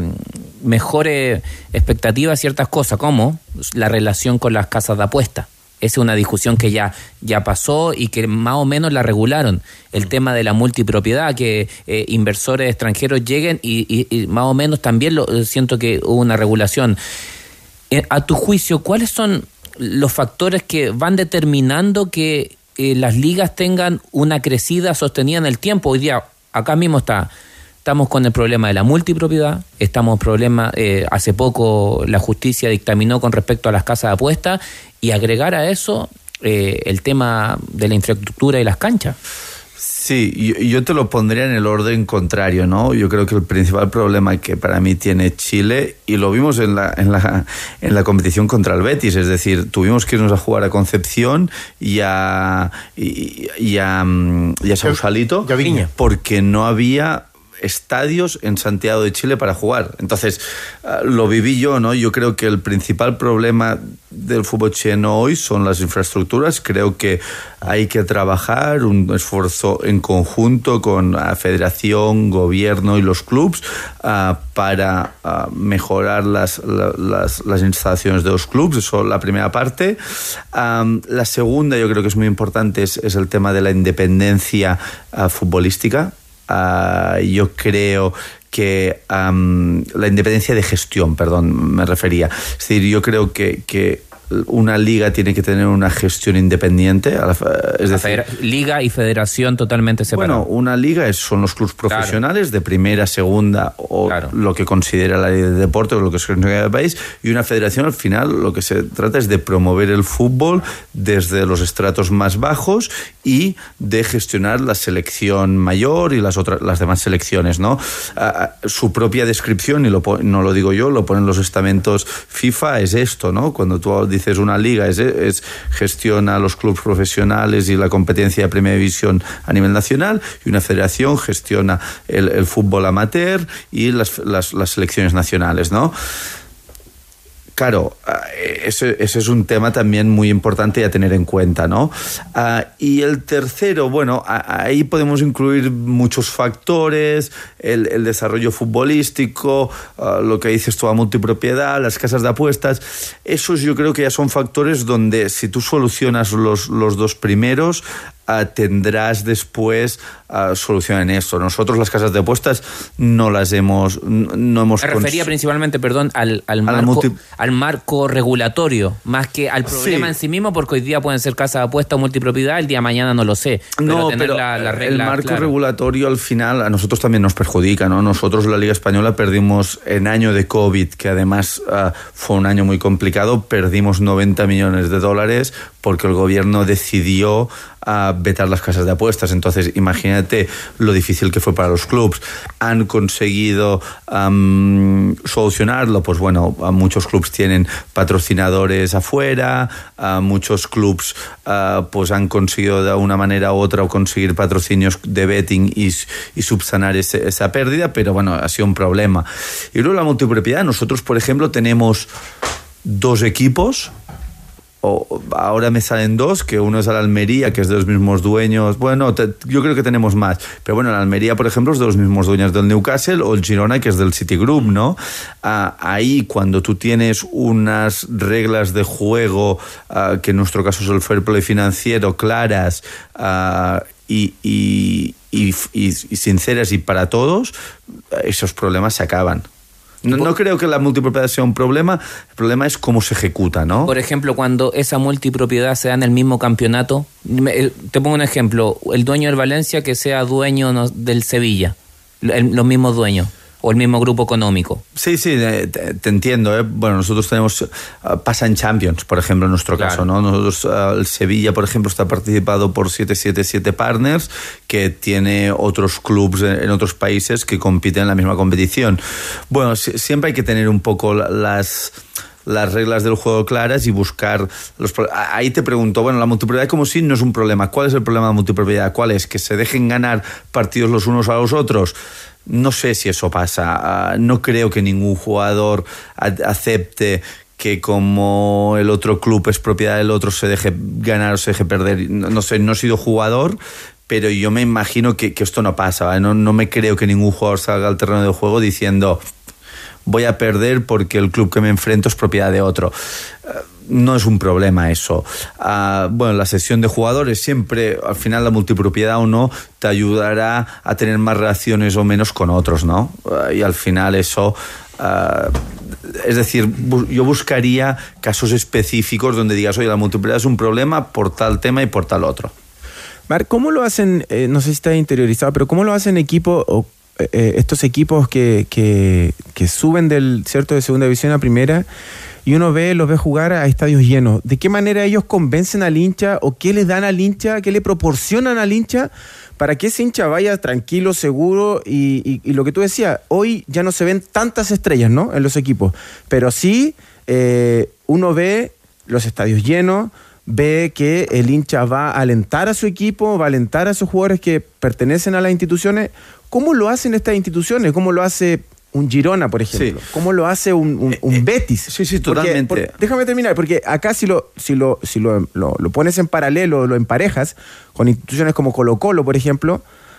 mejores expectativas a ciertas cosas, como la relación con las casas de apuestas. Esa es una discusión que ya, ya pasó y que más o menos la regularon. El tema de la multipropiedad, que eh, inversores extranjeros lleguen y, y, y más o menos también lo, siento que hubo una regulación. Eh, a tu juicio, ¿cuáles son los factores que van determinando que eh, las ligas tengan una crecida sostenida en el tiempo? Hoy día, acá mismo está... Estamos con el problema de la multipropiedad, estamos problema eh, hace poco la justicia dictaminó con respecto a las casas de apuestas y agregar a eso eh, el tema de la infraestructura y las canchas. Sí, yo, yo te lo pondría en el orden contrario, ¿no? Yo creo que el principal problema que para mí tiene Chile, y lo vimos en la, en la, en la competición contra el Betis, es decir, tuvimos que irnos a jugar a Concepción y a, y, y a, y a Sausalito, porque no había estadios en Santiago de Chile para jugar. Entonces, uh, lo viví yo, ¿no? Yo creo que el principal problema del fútbol chileno hoy son las infraestructuras. Creo que hay que trabajar un esfuerzo en conjunto con la federación, gobierno y los clubes uh, para uh, mejorar las, las, las instalaciones de los clubes. Eso es la primera parte. Um, la segunda, yo creo que es muy importante, es, es el tema de la independencia uh, futbolística. Uh, yo creo que um, la independencia de gestión, perdón, me refería. Es decir, yo creo que, que una liga tiene que tener una gestión independiente. Es decir, liga y federación totalmente separadas. Bueno, una liga es, son los clubes profesionales, claro, de primera, segunda o claro, lo que considera la ley de deporte o lo que es el país, y una federación al final lo que se trata es de promover el fútbol desde los estratos más bajos y de gestionar la selección mayor y las otras las demás selecciones, ¿no? A, a, su propia descripción, y lo, no lo digo yo, lo ponen los estamentos FIFA, es esto, ¿no? Cuando tú dices una liga es, es gestiona los clubes profesionales y la competencia de primera división a nivel nacional, y una federación gestiona el, el fútbol amateur y las, las, las selecciones nacionales, ¿no? Claro, ese, ese es un tema también muy importante a tener en cuenta, ¿no? Uh, y el tercero, bueno, a, ahí podemos incluir muchos factores, el, el desarrollo futbolístico, uh, lo que dices tú, a multipropiedad, las casas de apuestas. Esos yo creo que ya son factores donde si tú solucionas los, los dos primeros, Uh, tendrás después uh, solución en esto. Nosotros las casas de apuestas no las hemos no hemos Me refería cons- principalmente, perdón, al, al, marco, multi- al marco regulatorio, más que al problema sí. en sí mismo, porque hoy día pueden ser casas de apuestas o multipropiedad, el día de mañana no lo sé. Pero no, tener pero la, la regla, el marco claro. regulatorio al final a nosotros también nos perjudica, ¿no? Nosotros la Liga Española perdimos en año de COVID, que además uh, fue un año muy complicado, perdimos noventa millones de dólares porque el gobierno decidió a vetar las casas de apuestas. Entonces imagínate lo difícil que fue para los clubes. Han conseguido um, solucionarlo, pues bueno, muchos clubes tienen patrocinadores afuera, uh, muchos clubes uh, pues han conseguido de una manera u otra conseguir patrocinios de betting y, y subsanar ese, esa pérdida, pero bueno, ha sido un problema. Y luego la multipropiedad, nosotros por ejemplo tenemos dos equipos. O ahora me salen dos, que uno es el Almería, que es de los mismos dueños. Bueno, te, yo creo que tenemos más. Pero bueno, el Almería, por ejemplo, es de los mismos dueños del Newcastle, o el Girona, que es del Citigroup, ¿no? Ah, ahí, cuando tú tienes unas reglas de juego, ah, que en nuestro caso es el fair play financiero, claras ah, y, y, y, y, y sinceras y para todos, esos problemas se acaban. No, no creo que la multipropiedad sea un problema, el problema es cómo se ejecuta, ¿no? Por ejemplo, cuando esa multipropiedad se da en el mismo campeonato, te pongo un ejemplo, el dueño del Valencia que sea dueño no, del Sevilla, el, los mismos dueños, o el mismo grupo económico. Sí, sí, te, te entiendo, ¿eh? Bueno, nosotros tenemos, uh, pasa en Champions, por ejemplo, en nuestro claro. caso, ¿no? Nosotros, uh, el Sevilla, por ejemplo, está participado por siete siete siete Partners, que tiene otros clubes en, en otros países que compiten en la misma competición. Bueno, si, siempre hay que tener un poco las... las reglas del juego claras y buscar los... Ahí te pregunto, bueno, la multipropiedad como sí no es un problema. ¿Cuál es el problema de la multipropiedad? ¿Cuál es? ¿Que se dejen ganar partidos los unos a los otros? No sé si eso pasa. Uh, no creo que ningún jugador acepte que como el otro club es propiedad del otro se deje ganar o se deje perder. No, no sé, no he sido jugador, pero yo me imagino que, que esto no pasa, ¿vale? No, no me creo que ningún jugador salga al terreno de juego diciendo voy a perder porque el club que me enfrento es propiedad de otro. No es un problema eso. Uh, bueno, la sesión de jugadores siempre, al final la multipropiedad o no, te ayudará a tener más relaciones o menos con otros, ¿no? Uh, y al final eso... Uh, es decir, bu- yo buscaría casos específicos donde digas, oye, la multipropiedad es un problema por tal tema y por tal otro. Marc, ¿cómo lo hacen, eh, no sé si está interiorizado, pero cómo lo hacen equipos, o, eh, estos equipos que, que, que suben del cierto de segunda división a primera y uno ve, los ve jugar a estadios llenos? ¿De qué manera ellos convencen al hincha o qué les dan al hincha, qué le proporcionan al hincha para que ese hincha vaya tranquilo, seguro? Y, y, y lo que tú decías, hoy ya no se ven tantas estrellas, ¿no?, en los equipos, pero sí eh, uno ve los estadios llenos, ve que el hincha va a alentar a su equipo, va a alentar a sus jugadores que pertenecen a las instituciones. ¿Cómo lo hacen estas instituciones? ¿Cómo lo hace un Girona, por ejemplo? Sí. ¿Cómo lo hace un, un, un Betis? Sí, sí, totalmente. Porque, por, déjame terminar, porque acá si lo si lo si lo, lo, lo pones en paralelo, lo emparejas con instituciones como Colo-Colo, por ejemplo,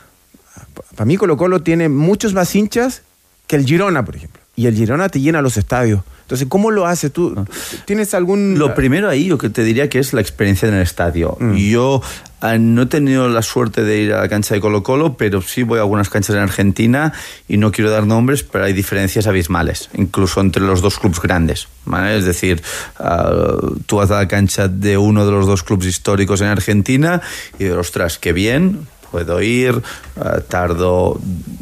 para mí Colo-Colo tiene muchos más hinchas que el Girona, por ejemplo. Y el Girona te llena los estadios. Entonces, ¿cómo lo haces tú? ¿Tienes algún...? Lo primero ahí, yo que te diría que es la experiencia en el estadio. Mm. Yo eh, no he tenido la suerte de ir a la cancha de Colo-Colo, pero sí voy a algunas canchas en Argentina y no quiero dar nombres, pero hay diferencias abismales, incluso entre los dos clubes grandes, ¿vale? Es decir, uh, tú vas a la cancha de uno de los dos clubes históricos en Argentina y dices, ostras, qué bien, puedo ir, uh, tardo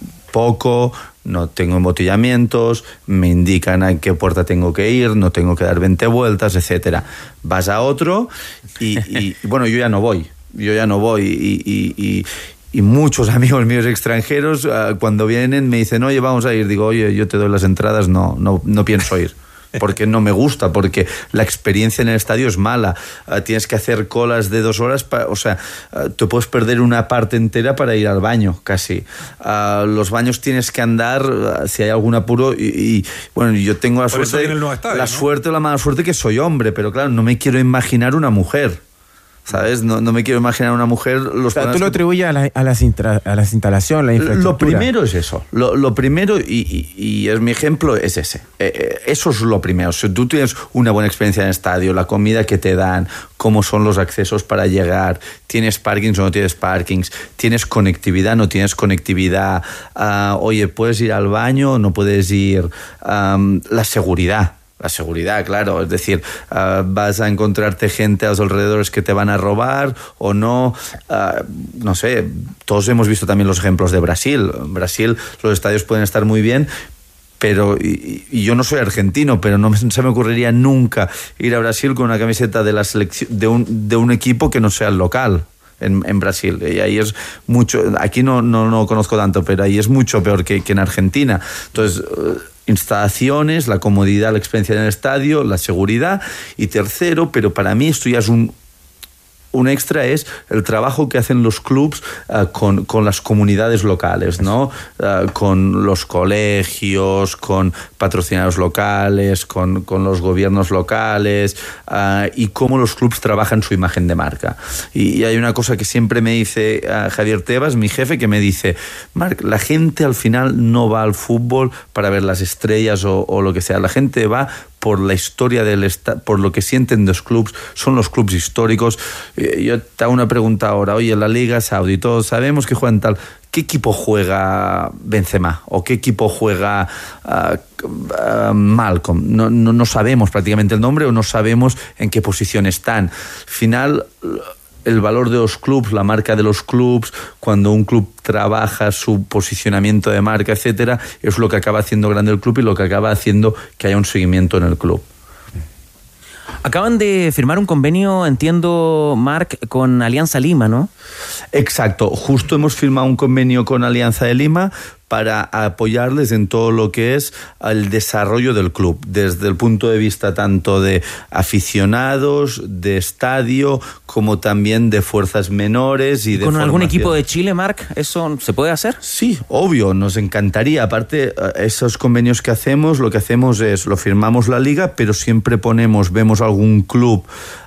poco, no tengo embotellamientos, me indican a qué puerta tengo que ir, no tengo que dar veinte vueltas, etcétera. Vas a otro y, y, y bueno, yo ya no voy, yo ya no voy y, y, y, y muchos amigos míos extranjeros uh, cuando vienen me dicen, oye, vamos a ir, digo, oye, yo te doy las entradas, no, no, no pienso ir. Porque no me gusta, porque la experiencia en el estadio es mala. Uh, tienes que hacer colas de dos horas, pa, o sea, uh, te puedes perder una parte entera para ir al baño, casi. Uh, los baños tienes que andar, uh, si hay algún apuro, y, y bueno, yo tengo la Por suerte, estadio, la ¿no? suerte o la mala suerte que soy hombre, pero claro, no me quiero imaginar una mujer. ¿Sabes? No, no me quiero imaginar una mujer... Los o sea, tú lo atribuyes a, la, a, las intra, a las instalaciones, la infraestructura. Lo primero es eso. Lo, lo primero, y, y, y es mi ejemplo, es ese. Eh, eso es lo primero. Si tú tienes una buena experiencia en el estadio, la comida que te dan, cómo son los accesos para llegar, tienes parkings o no tienes parkings, tienes conectividad, no tienes conectividad, uh, oye, puedes ir al baño, no puedes ir... Um, la seguridad. La seguridad, claro, es decir, uh, vas a encontrarte gente a los alrededores que te van a robar o no, uh, no sé, todos hemos visto también los ejemplos de Brasil. En Brasil los estadios pueden estar muy bien, pero, y, y yo no soy argentino, pero no me, se me ocurriría nunca ir a Brasil con una camiseta de la selección, de un, de un equipo que no sea el local. En, en Brasil, y ahí es mucho, aquí no, no, no conozco tanto, pero ahí es mucho peor que, que en Argentina. Entonces, uh, instalaciones, la comodidad, la experiencia en el estadio, la seguridad, y tercero, pero para mí esto ya es un un extra, es el trabajo que hacen los clubs uh, con, con las comunidades locales, ¿no? Uh, con los colegios, con patrocinadores locales, con, con los gobiernos locales, uh, y cómo los clubs trabajan su imagen de marca. Y, y hay una cosa que siempre me dice uh, Javier Tebas, mi jefe, que me dice, Marc, la gente al final no va al fútbol para ver las estrellas o, o lo que sea, la gente va por la historia del esta- por lo que sienten los clubs, son los clubs históricos. Yo te hago una pregunta ahora, oye, la Liga Saudí, todos sabemos que juegan tal, ¿qué equipo juega Benzema? ¿O qué equipo juega uh, uh, Malcolm? No, no, no sabemos prácticamente el nombre o no sabemos en qué posición están. Al final, el valor de los clubs, la marca de los clubs, cuando un club trabaja su posicionamiento de marca, etcétera, es lo que acaba haciendo grande el club y lo que acaba haciendo que haya un seguimiento en el club. Acaban de firmar un convenio, entiendo, Marc, con Alianza Lima, ¿no? Exacto, justo hemos firmado un convenio con Alianza de Lima para apoyarles en todo lo que es el desarrollo del club, desde el punto de vista tanto de aficionados, de estadio, como también de fuerzas menores y de ¿Con algún formación. equipo de Chile, Marc, eso se puede hacer? Sí, obvio, nos encantaría. Aparte, esos convenios que hacemos, lo que hacemos es, lo firmamos la liga, pero siempre ponemos, vemos algún club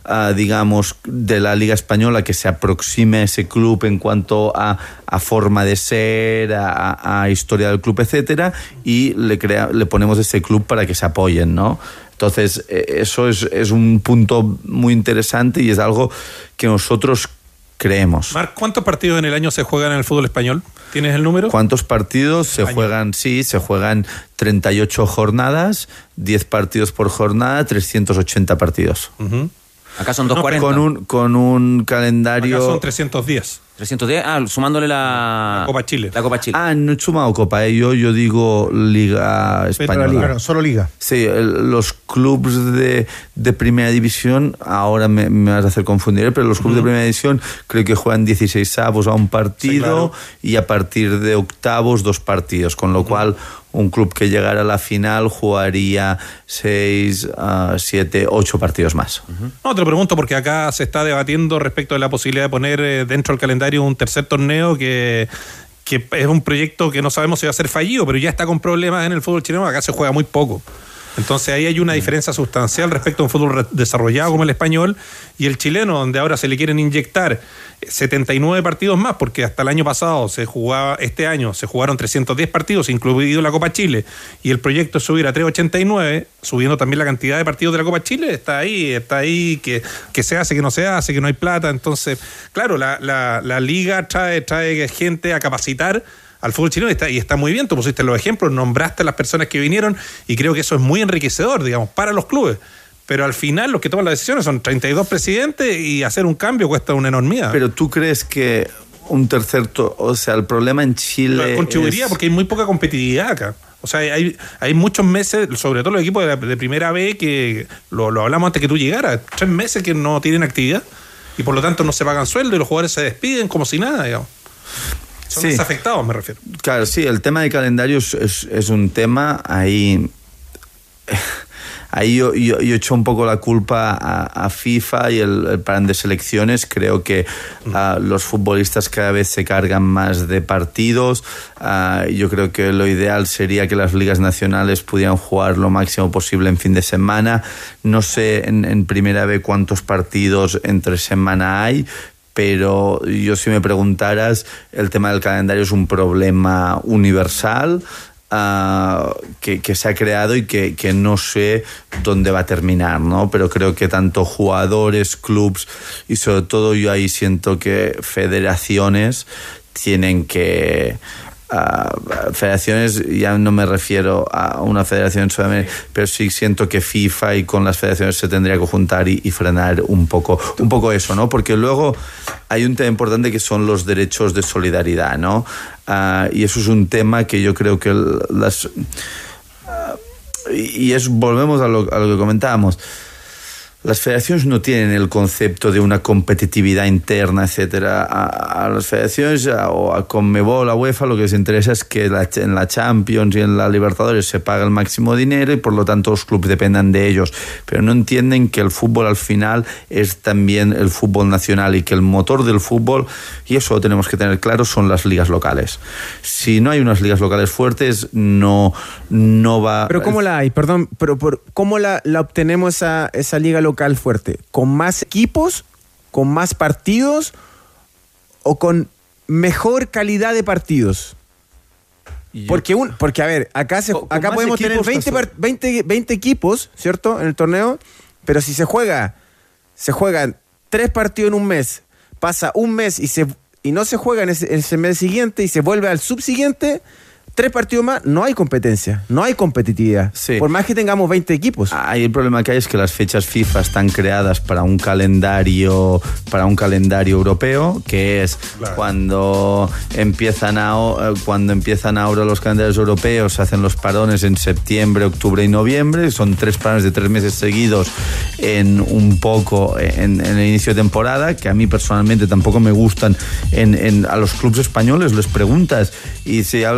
uh, digamos, de la Liga Española que se aproxime a ese club en cuanto a, a forma de ser, a, a historia del club, etcétera, y le, crea, le ponemos ese club para que se apoyen, ¿no? Entonces, eso es, es un punto muy interesante y es algo que nosotros creemos. Marc, ¿cuántos partidos en el año se juegan en el fútbol español? ¿Tienes el número? ¿Cuántos partidos se juegan? Sí, se juegan treinta y ocho jornadas, diez partidos por jornada, trescientos ochenta partidos. Uh-huh. Acá son doscientos cuarenta. Con un, con un calendario... Acá son trescientos diez. trescientos diez, ah, sumándole la... la Copa Chile. La Copa Chile. Ah, no he sumado Copa, ¿eh? yo, yo digo Liga Española. Liga, no, solo Liga. Sí, el, los clubes de, de Primera División, ahora me, me vas a hacer confundir, pero los clubes uh-huh. de Primera División creo que juegan dieciseisavos a un partido, sí, claro. y a partir de octavos dos partidos, con lo uh-huh. cual un club que llegara a la final jugaría seis, uh, siete, ocho partidos más. Uh-huh. No, te lo pregunto porque acá se está debatiendo respecto de la posibilidad de poner eh, dentro del calendario un tercer torneo que, que es un proyecto que no sabemos si va a ser fallido, pero ya está con problemas en el fútbol chileno. Acá se juega muy poco. Entonces ahí hay una diferencia sustancial respecto a un fútbol desarrollado como el español y el chileno, donde ahora se le quieren inyectar setenta y nueve partidos más, porque hasta el año pasado se jugaba, este año se jugaron trescientos diez partidos, incluido la Copa Chile, y el proyecto es subir a trescientos ochenta y nueve, subiendo también la cantidad de partidos de la Copa Chile. Está ahí, está ahí, que, que se hace, que no se hace, que no hay plata. Entonces, claro, la, la, la liga trae, trae gente a capacitar al fútbol chileno y está, y está muy bien. Tú pusiste los ejemplos, nombraste a las personas que vinieron y creo que eso es muy enriquecedor, digamos, para los clubes. Pero al final los que toman las decisiones son treinta y dos presidentes y hacer un cambio cuesta una enormidad. Pero tú crees que un tercer, to- o sea, el problema en Chile contribuiría es... porque hay muy poca competitividad acá. O sea, hay, hay muchos meses, sobre todo los equipos de, la, de primera B, que lo, lo hablamos antes que tú llegaras, tres meses que no tienen actividad y por lo tanto no se pagan sueldo y los jugadores se despiden como si nada, digamos. Son sí. desafectados, me refiero. Claro, sí, el tema de calendario es, es, es un tema ahí... Ahí yo, yo, yo echo un poco la culpa a, a FIFA y el, el plan de selecciones. Creo que uh, los futbolistas cada vez se cargan más de partidos. Uh, yo creo que lo ideal sería que las ligas nacionales pudieran jugar lo máximo posible en fin de semana. No sé en, en Primera B cuántos partidos entre semana hay, pero yo, si me preguntaras, el tema del calendario es un problema universal. Uh, que, que se ha creado y que, que no sé dónde va a terminar, ¿no? Pero creo que tanto jugadores, clubs y sobre todo yo ahí siento que federaciones tienen que... Uh, federaciones, ya no me refiero a una federación solamente, pero sí siento que FIFA y con las federaciones se tendría que juntar y, y frenar un poco, un poco eso, ¿no? Porque luego hay un tema importante que son los derechos de solidaridad, ¿no? Uh, y eso es un tema que yo creo que las... Uh, y es, volvemos a lo, a lo que comentábamos. Las federaciones no tienen el concepto de una competitividad interna, etcétera. A, a las federaciones a, o a Conmebol, a UEFA, lo que les interesa es que la, en la Champions y en la Libertadores se paga el máximo dinero y por lo tanto los clubes dependan de ellos. Pero no entienden que el fútbol al final es también el fútbol nacional y que el motor del fútbol, y eso lo tenemos que tener claro, son las ligas locales. Si no hay unas ligas locales fuertes, no, no va... Pero ¿cómo la hay? Perdón, pero por, ¿cómo la, la obtenemos esa, esa liga local fuerte? ¿Con más equipos? ¿Con más partidos? ¿O con mejor calidad de partidos? Porque, un, porque a ver, acá, se, con, acá con podemos tener veinte, veinte, veinte equipos, ¿cierto? En el torneo, pero si se juega, se juegan tres partidos en un mes, pasa un mes y, se, y no se juega en ese, en ese mes siguiente y se vuelve al subsiguiente, tres partidos más, no hay competencia, no hay competitividad. Sí. Por más que tengamos veinte equipos. Ahí el problema que hay es que las fechas FIFA están creadas para un calendario, para un calendario europeo, que es claro. cuando empiezan a, cuando empiezan ahora los calendarios europeos, se hacen los parones en septiembre, octubre y noviembre. Son tres parones de tres meses seguidos en un poco en, en el inicio de temporada, que a mí personalmente tampoco me gustan. En, en, a los clubes españoles les preguntas, y si hablas con Manuel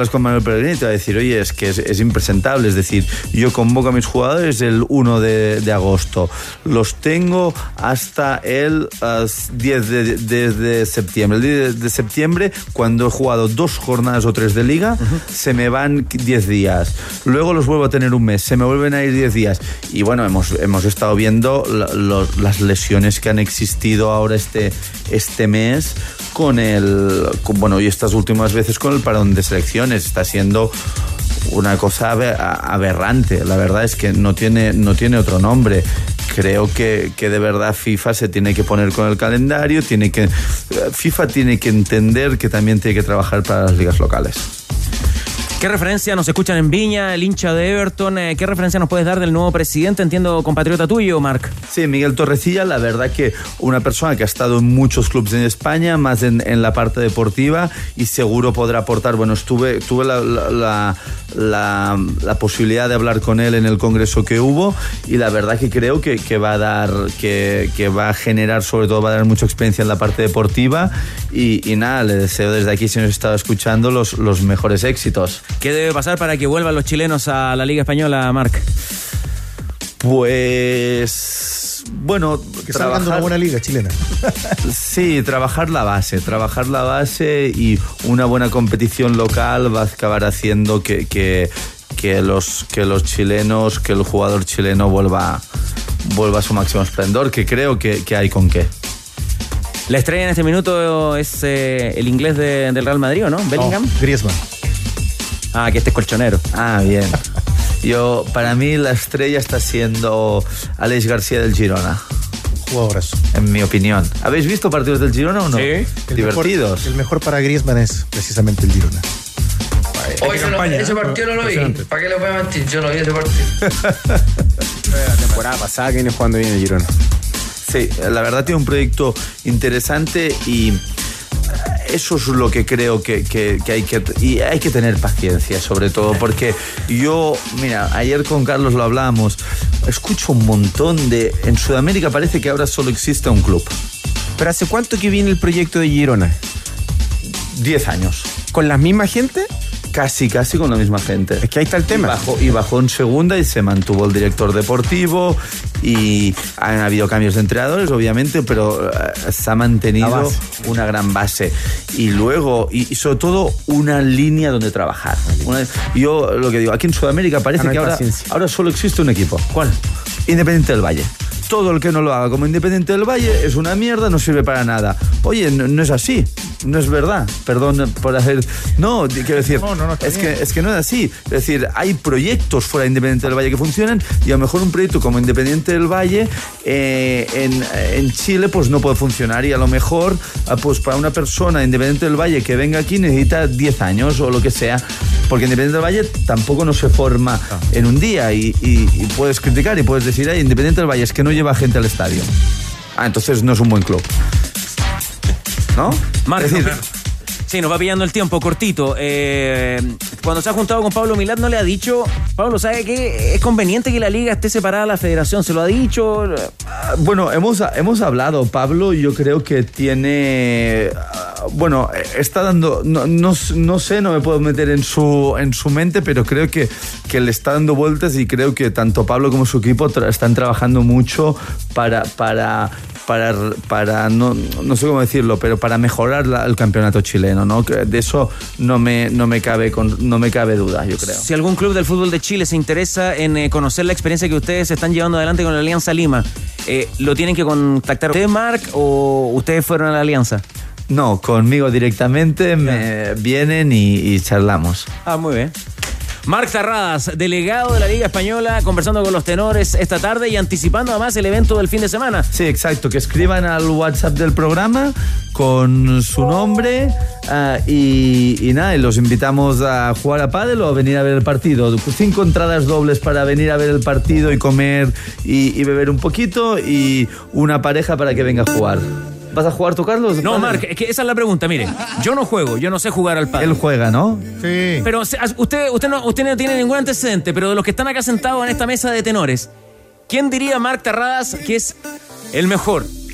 Pellegrini te va a decir, oye, es que es, es impresentable. Es decir, yo convoco a mis jugadores el uno de, de agosto. Los tengo hasta el uh, diez de, de, de septiembre. El diez de septiembre, cuando he jugado dos jornadas o tres de liga, uh-huh. se me van diez días. Luego los vuelvo a tener un mes, se me vuelven a ir diez días. Y bueno, hemos, hemos estado viendo la, los, las lesiones que han existido ahora este, este mes con el, con, bueno, y estas últimas veces con el parón de selecciones. Está siendo una cosa aberrante. La verdad es que no tiene, no tiene otro nombre. Creo que, que de verdad FIFA se tiene que poner con el calendario, tiene que, FIFA tiene que entender que también tiene que trabajar para las ligas locales. ¿Qué referencia nos escuchan en Viña, el hincha de Everton? ¿Qué referencia nos puedes dar del nuevo presidente? Entiendo, compatriota tuyo, Marc. Sí, Miguel Torrecilla, la verdad que una persona que ha estado en muchos clubes en España, más en, en la parte deportiva, y seguro podrá aportar. Bueno, estuve, tuve la, la, la, la, la posibilidad de hablar con él en el congreso que hubo, y la verdad que creo que, que va a dar, que, que va a generar, sobre todo va a dar mucha experiencia en la parte deportiva, y, y nada, le deseo desde aquí, si nos estaba escuchando, los, los mejores éxitos. ¿Qué debe pasar para que vuelvan los chilenos a la Liga Española, Marc? Pues... bueno, que salgan de una buena liga chilena. Sí, trabajar la base, trabajar la base y una buena competición local va a acabar haciendo que, que, que, los, que los chilenos, que el jugador chileno vuelva, vuelva a su máximo esplendor, que creo que, que hay con qué. La estrella en este minuto es eh, el inglés de, del Real Madrid, ¿o no? Bellingham. No, Griezmann. Ah, que este es colchonero. Ah, bien. Yo, para mí la estrella está siendo Alex García del Girona. Jugadorazo. En mi opinión. ¿Habéis visto partidos del Girona o no? Sí. Divertidos. El mejor, el mejor para Griezmann es precisamente el Girona. Hoy no, ese partido no lo vi. ¿Para qué le voy a mentir? Yo no vi ese partido. La temporada pasada que viene jugando bien el Girona. Sí, la verdad tiene un proyecto interesante y eso es lo que creo que, que, que hay que... Y hay que tener paciencia, sobre todo, porque yo, mira, ayer con Carlos lo hablábamos, escucho un montón de... En Sudamérica parece que ahora solo existe un club. ¿Pero hace cuánto que viene el proyecto de Girona? Diez años. ¿Con la misma gente? Casi, casi con la misma gente. Es que ahí está el tema. Y bajó, y bajó en segunda y se mantuvo el director deportivo y han habido cambios de entrenadores, obviamente, pero uh, se ha mantenido una gran base. Y luego, y, y sobre todo, una línea donde trabajar. Una, yo lo que digo, aquí en Sudamérica parece ah, no que ahora, ahora solo existe un equipo. ¿Cuál? Independiente del Valle. Todo el que no lo haga como Independiente del Valle es una mierda, no sirve para nada. Oye, no, no es así, no es verdad. Perdón por hacer... No, quiero decir, no, no, no, es, que, es que no es así. Es decir, hay proyectos fuera de Independiente del Valle que funcionan y a lo mejor un proyecto como Independiente del Valle eh, en, en Chile pues no puede funcionar y a lo mejor pues para una persona Independiente del Valle que venga aquí necesita diez años o lo que sea, porque Independiente del Valle tampoco no se forma no. en un día y, y, y puedes criticar y puedes decir, ay, Independiente del Valle es que no lleva gente al estadio. Ah, entonces no es un buen club. ¿No? Marc, es decir, sí, nos va pillando el tiempo, cortito. Eh, cuando se ha juntado con Pablo Milad, ¿no le ha dicho, Pablo, ¿sabe qué? Es conveniente que la liga esté separada de la federación? ¿Se lo ha dicho? Bueno, hemos, hemos hablado. Pablo, yo creo que tiene... Bueno, está dando... No, no, no sé, no me puedo meter en su, en su mente, pero creo que, que le está dando vueltas y creo que tanto Pablo como su equipo tra- están trabajando mucho para... para para, para no, no sé cómo decirlo, pero para mejorar la, el campeonato chileno, ¿no? De eso no me, no me cabe con, no me cabe duda, yo creo. Si algún club del fútbol de Chile se interesa en eh, conocer la experiencia que ustedes están llevando adelante con la Alianza Lima, eh, ¿lo tienen que contactar usted, Marc, o ustedes fueron a la Alianza? No, conmigo directamente me vienen y, y charlamos. Ah, muy bien. Marc Terradas, delegado de la Liga Española, conversando con los tenores esta tarde y anticipando además el evento del fin de semana. Sí, exacto, que escriban al WhatsApp del programa con su nombre uh, y, y nada, y los invitamos a jugar a pádel o a venir a ver el partido. Cinco entradas dobles para venir a ver el partido y comer y, y beber un poquito y una pareja para que venga a jugar. ¿Vas a jugar tú, Carlos? No, Marc, es que esa es la pregunta. Mire, yo no juego, yo no sé jugar al pádel. Él juega, ¿no? Sí. Pero usted, usted, no, usted no tiene ningún antecedente, pero de los que están acá sentados en esta mesa de tenores, ¿quién diría, Marc Terradas, que es el mejor?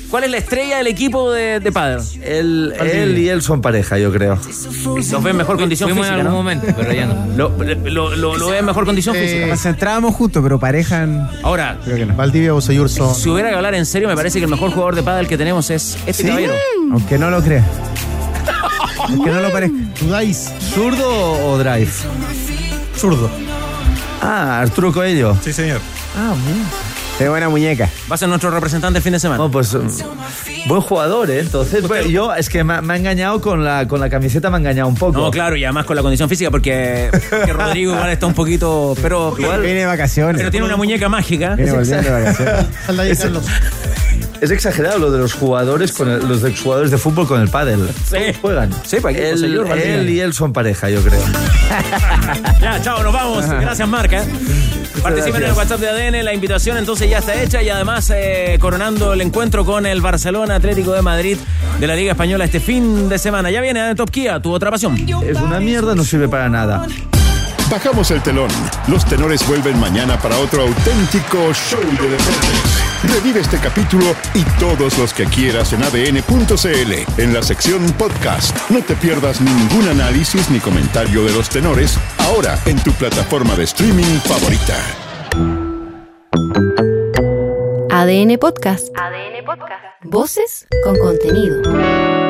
¿Cuál es la estrella del equipo de, de pádel? Él, él y él son pareja, yo creo. Los ve en mejor condición Fuimos física, en algún ¿no? momento, pero ya no. Lo, lo, lo, lo ve en mejor condición física. Nos centrábamos juntos, pero parejan. Ahora, creo que no. Valdivia Bosellur son. Si hubiera que hablar en serio, me parece que el mejor jugador de pádel que tenemos es este ¿Sí? caballero. Aunque no lo crea. Aunque no lo parezca. ¿Dudáis? ¿Zurdo o drive? Zurdo. Ah, Arturo Coello. Sí, señor. Ah, bien. Qué buena muñeca. Va a ser nuestro representante el fin de semana. No, pues buen jugador, ¿eh? Entonces, bueno, yo es que me, me ha engañado con la, con la camiseta, me ha engañado un poco. No, claro, y además con la condición física, porque, porque Rodrigo igual está un poquito. Pero igual. Viene de vacaciones. Pero tiene una muñeca mágica. Viene volviendo de vacaciones. Es, es exagerado lo de los jugadores, con el- los exjugadores de fútbol con el pádel. Sí. Todos juegan. Sí, para equipo, él, señor Valdivia. él y él son pareja, yo creo. Ya, chao, nos vamos. Gracias, Marca. Participen en el WhatsApp de A D N, la invitación entonces ya está hecha y además eh, coronando el encuentro con el Barcelona Atlético de Madrid de la Liga Española este fin de semana. Ya viene de Top Kia, tu otra pasión. Es una mierda, no sirve para nada. Bajamos el telón. Los tenores vuelven mañana para otro auténtico show de deportes. Revive este capítulo y todos los que quieras en A D N punto C L, en la sección podcast. No te pierdas ningún análisis ni comentario de los tenores, ahora en tu plataforma de streaming favorita. A D N Podcast. A D N Podcast. Voces con contenido.